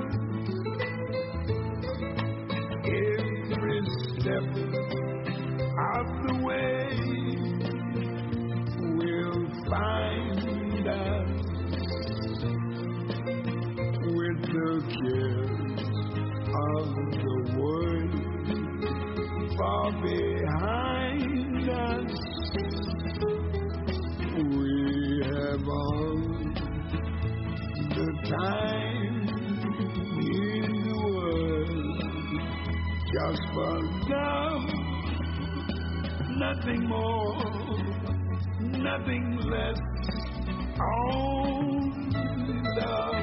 Every step of the way will find us with the cares of the world far behind us. We have all the time in the world just for love, nothing more, nothing less, only love.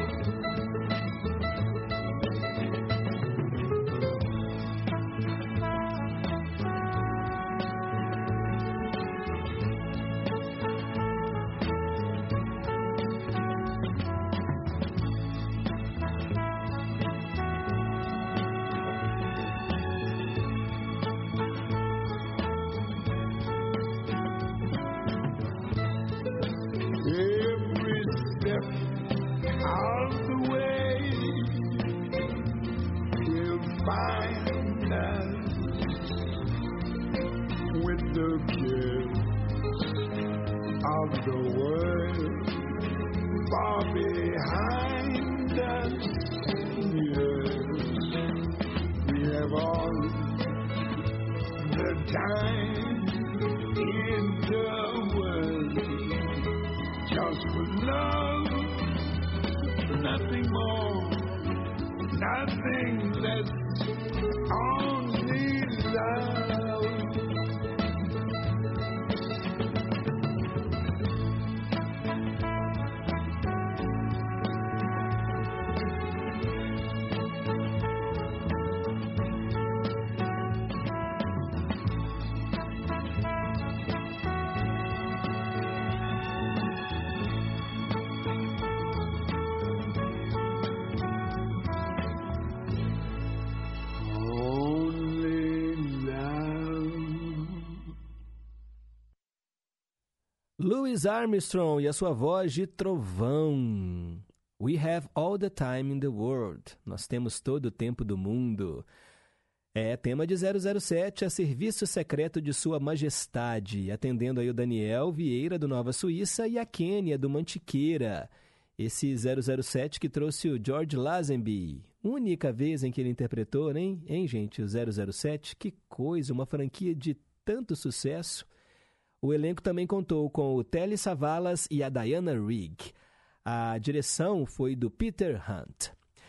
Louis Armstrong e a sua voz de trovão. We have all the time in the world. Nós temos todo o tempo do mundo. É tema de 007, a serviço secreto de Sua Majestade, atendendo aí o Daniel Vieira, do Nova Suíça, e a Kênia, do Mantiqueira. Esse 007 que trouxe o George Lazenby. Única vez em que ele interpretou, hein, gente, o 007. Que coisa, uma franquia de tanto sucesso. O elenco também contou com o Telly Savalas e a Diana Rigg. A direção foi do Peter Hunt.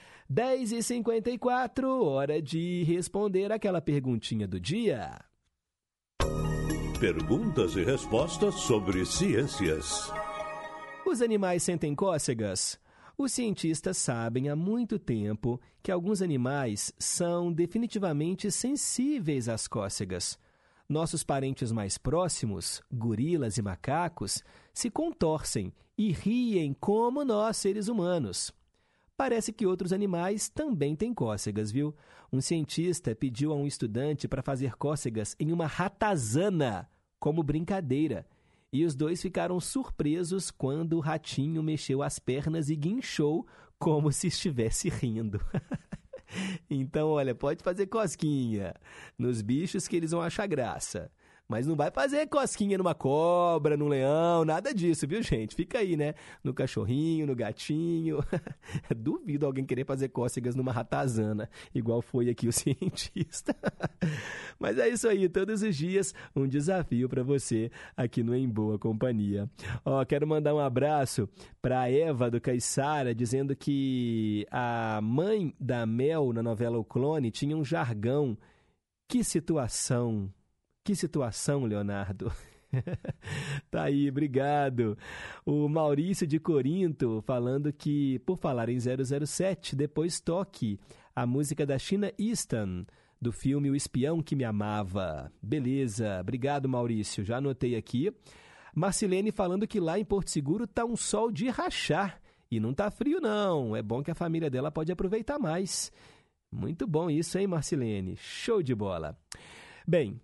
10h54, hora de responder aquela perguntinha do dia. Perguntas e respostas sobre ciências. Os animais sentem cócegas? Os cientistas sabem há muito tempo que alguns animais são definitivamente sensíveis às cócegas. Nossos parentes mais próximos, gorilas e macacos, se contorcem e riem como nós, seres humanos. Parece que outros animais também têm cócegas, viu? Um cientista pediu a um estudante para fazer cócegas em uma ratazana, como brincadeira. E os dois ficaram surpresos quando o ratinho mexeu as pernas e guinchou como se estivesse rindo. Então, olha, pode fazer cosquinha nos bichos que eles vão achar graça. Mas não vai fazer cosquinha numa cobra, num leão, nada disso, viu, gente? Fica aí, né? No cachorrinho, no gatinho. Duvido alguém querer fazer cócegas numa ratazana, igual foi aqui o cientista. Mas é isso aí, todos os dias um desafio para você aqui no Em Boa Companhia. Ó, quero mandar um abraço para a Eva do Caiçara, dizendo que a mãe da Mel na novela O Clone tinha um jargão. Que situação! Que situação, Leonardo. Tá aí, obrigado. O Maurício de Corinto falando que, por falar em 007, depois toque a música da China Easton, do filme O Espião que Me Amava. Beleza, obrigado, Maurício, já anotei aqui. Marcilene falando que lá em Porto Seguro tá um sol de rachar e não tá frio não, é bom que a família dela pode aproveitar mais. Muito bom isso, hein, Marcilene? Show de bola. Bem,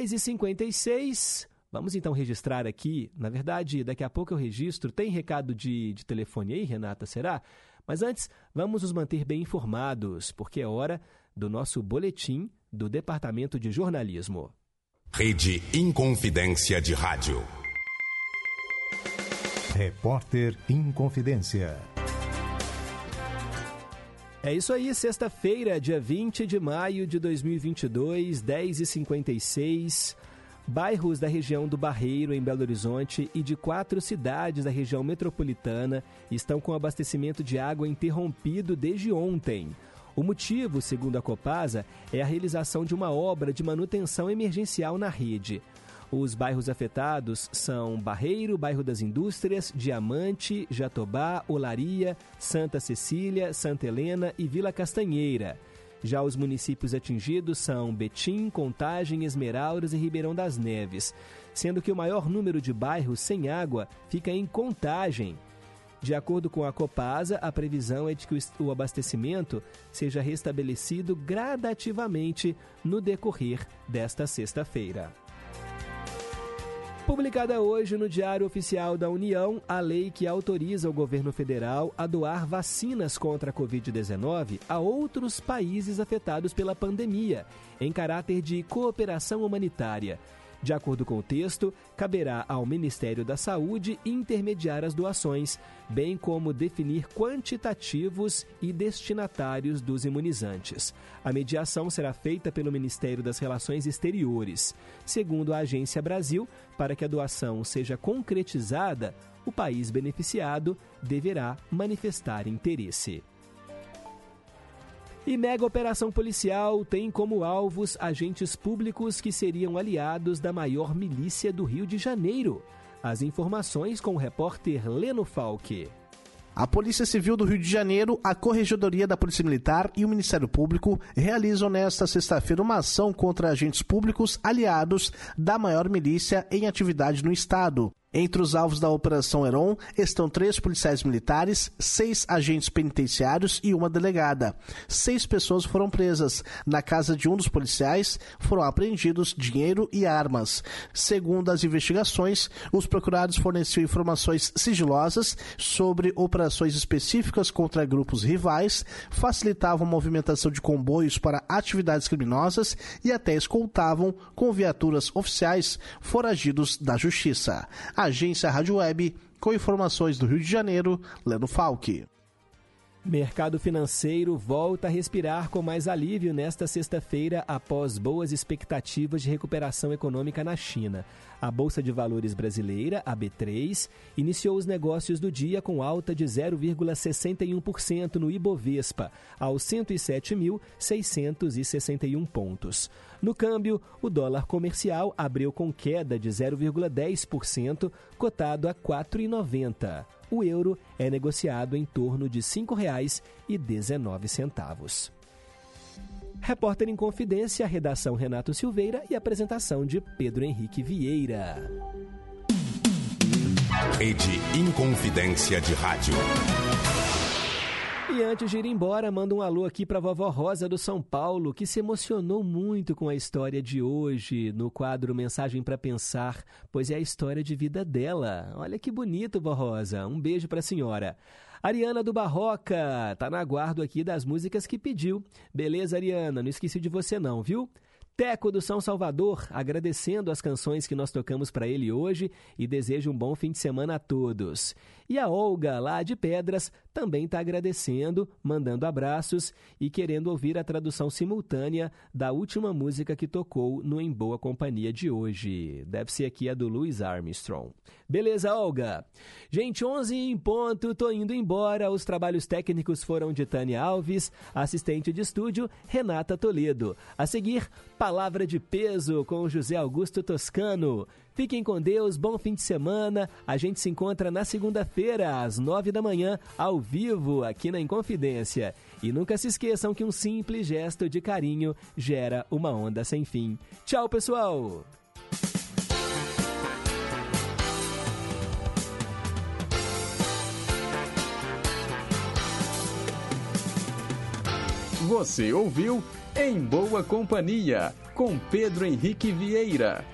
10h56, vamos então registrar aqui, na verdade, daqui a pouco eu registro, tem recado de telefone aí, Renata, será? Mas antes, vamos nos manter bem informados, porque é hora do nosso boletim do Departamento de Jornalismo. Rede Inconfidência de Rádio. Repórter Inconfidência. É isso aí, sexta-feira, dia 20 de maio de 2022, 10h56, bairros da região do Barreiro, em Belo Horizonte, e de 4 cidades da região metropolitana estão com abastecimento de água interrompido desde ontem. O motivo, segundo a Copasa, é a realização de uma obra de manutenção emergencial na rede. Os bairros afetados são Barreiro, Bairro das Indústrias, Diamante, Jatobá, Olaria, Santa Cecília, Santa Helena e Vila Castanheira. Já os municípios atingidos são Betim, Contagem, Esmeraldas e Ribeirão das Neves, sendo que o maior número de bairros sem água fica em Contagem. De acordo com a Copasa, a previsão é de que o abastecimento seja restabelecido gradativamente no decorrer desta sexta-feira. Publicada hoje no Diário Oficial da União, a lei que autoriza o governo federal a doar vacinas contra a Covid-19 a outros países afetados pela pandemia, em caráter de cooperação humanitária. De acordo com o texto, caberá ao Ministério da Saúde intermediar as doações, bem como definir quantitativos e destinatários dos imunizantes. A mediação será feita pelo Ministério das Relações Exteriores. Segundo a Agência Brasil, para que a doação seja concretizada, o país beneficiado deverá manifestar interesse. E mega operação policial tem como alvos agentes públicos que seriam aliados da maior milícia do Rio de Janeiro. As informações com o repórter Leno Falque. A Polícia Civil do Rio de Janeiro, a Corregedoria da Polícia Militar e o Ministério Público realizam nesta sexta-feira uma ação contra agentes públicos aliados da maior milícia em atividade no estado. Entre os alvos da Operação Heron estão 3 policiais militares, 6 agentes penitenciários e uma delegada. 6 pessoas foram presas. Na casa de um dos policiais foram apreendidos dinheiro e armas. Segundo as investigações, os procurados forneciam informações sigilosas sobre operações específicas contra grupos rivais, facilitavam a movimentação de comboios para atividades criminosas e até escoltavam com viaturas oficiais foragidos da justiça. Agência Rádio Web, com informações do Rio de Janeiro, Leno Falck. Mercado financeiro volta a respirar com mais alívio nesta sexta-feira após boas expectativas de recuperação econômica na China. A Bolsa de Valores brasileira, a B3, iniciou os negócios do dia com alta de 0,61% no Ibovespa, aos 107.661 pontos. No câmbio, o dólar comercial abriu com queda de 0,10%, cotado a R$ 4,90. O euro é negociado em torno de R$ 5,19. Repórter em Confidência, redação Renato Silveira e apresentação de Pedro Henrique Vieira. Rede Inconfidência de Rádio. E antes de ir embora, manda um alô aqui para a vovó Rosa do São Paulo, que se emocionou muito com a história de hoje no quadro Mensagem para Pensar, pois é a história de vida dela. Olha que bonito, vó Rosa. Um beijo para a senhora. Ariana do Barroca, tá na aguardo aqui das músicas que pediu. Beleza, Ariana? Não esqueci de você não, viu? Teco do São Salvador, agradecendo as canções que nós tocamos para ele hoje e deseja um bom fim de semana a todos. E a Olga, lá de Pedras, também está agradecendo, mandando abraços e querendo ouvir a tradução simultânea da última música que tocou no Em Boa Companhia de hoje. Deve ser aqui a do Louis Armstrong. Beleza, Olga? Gente, 11 em ponto, tô indo embora. Os trabalhos técnicos foram de Tânia Alves, assistente de estúdio, Renata Toledo. A seguir, Palavra de Peso com José Augusto Toscano. Fiquem com Deus, bom fim de semana. A gente se encontra na segunda-feira, às 9 da manhã, ao vivo, aqui na Inconfidência. E nunca se esqueçam que um simples gesto de carinho gera uma onda sem fim. Tchau, pessoal! Você ouviu Em Boa Companhia, com Pedro Henrique Vieira.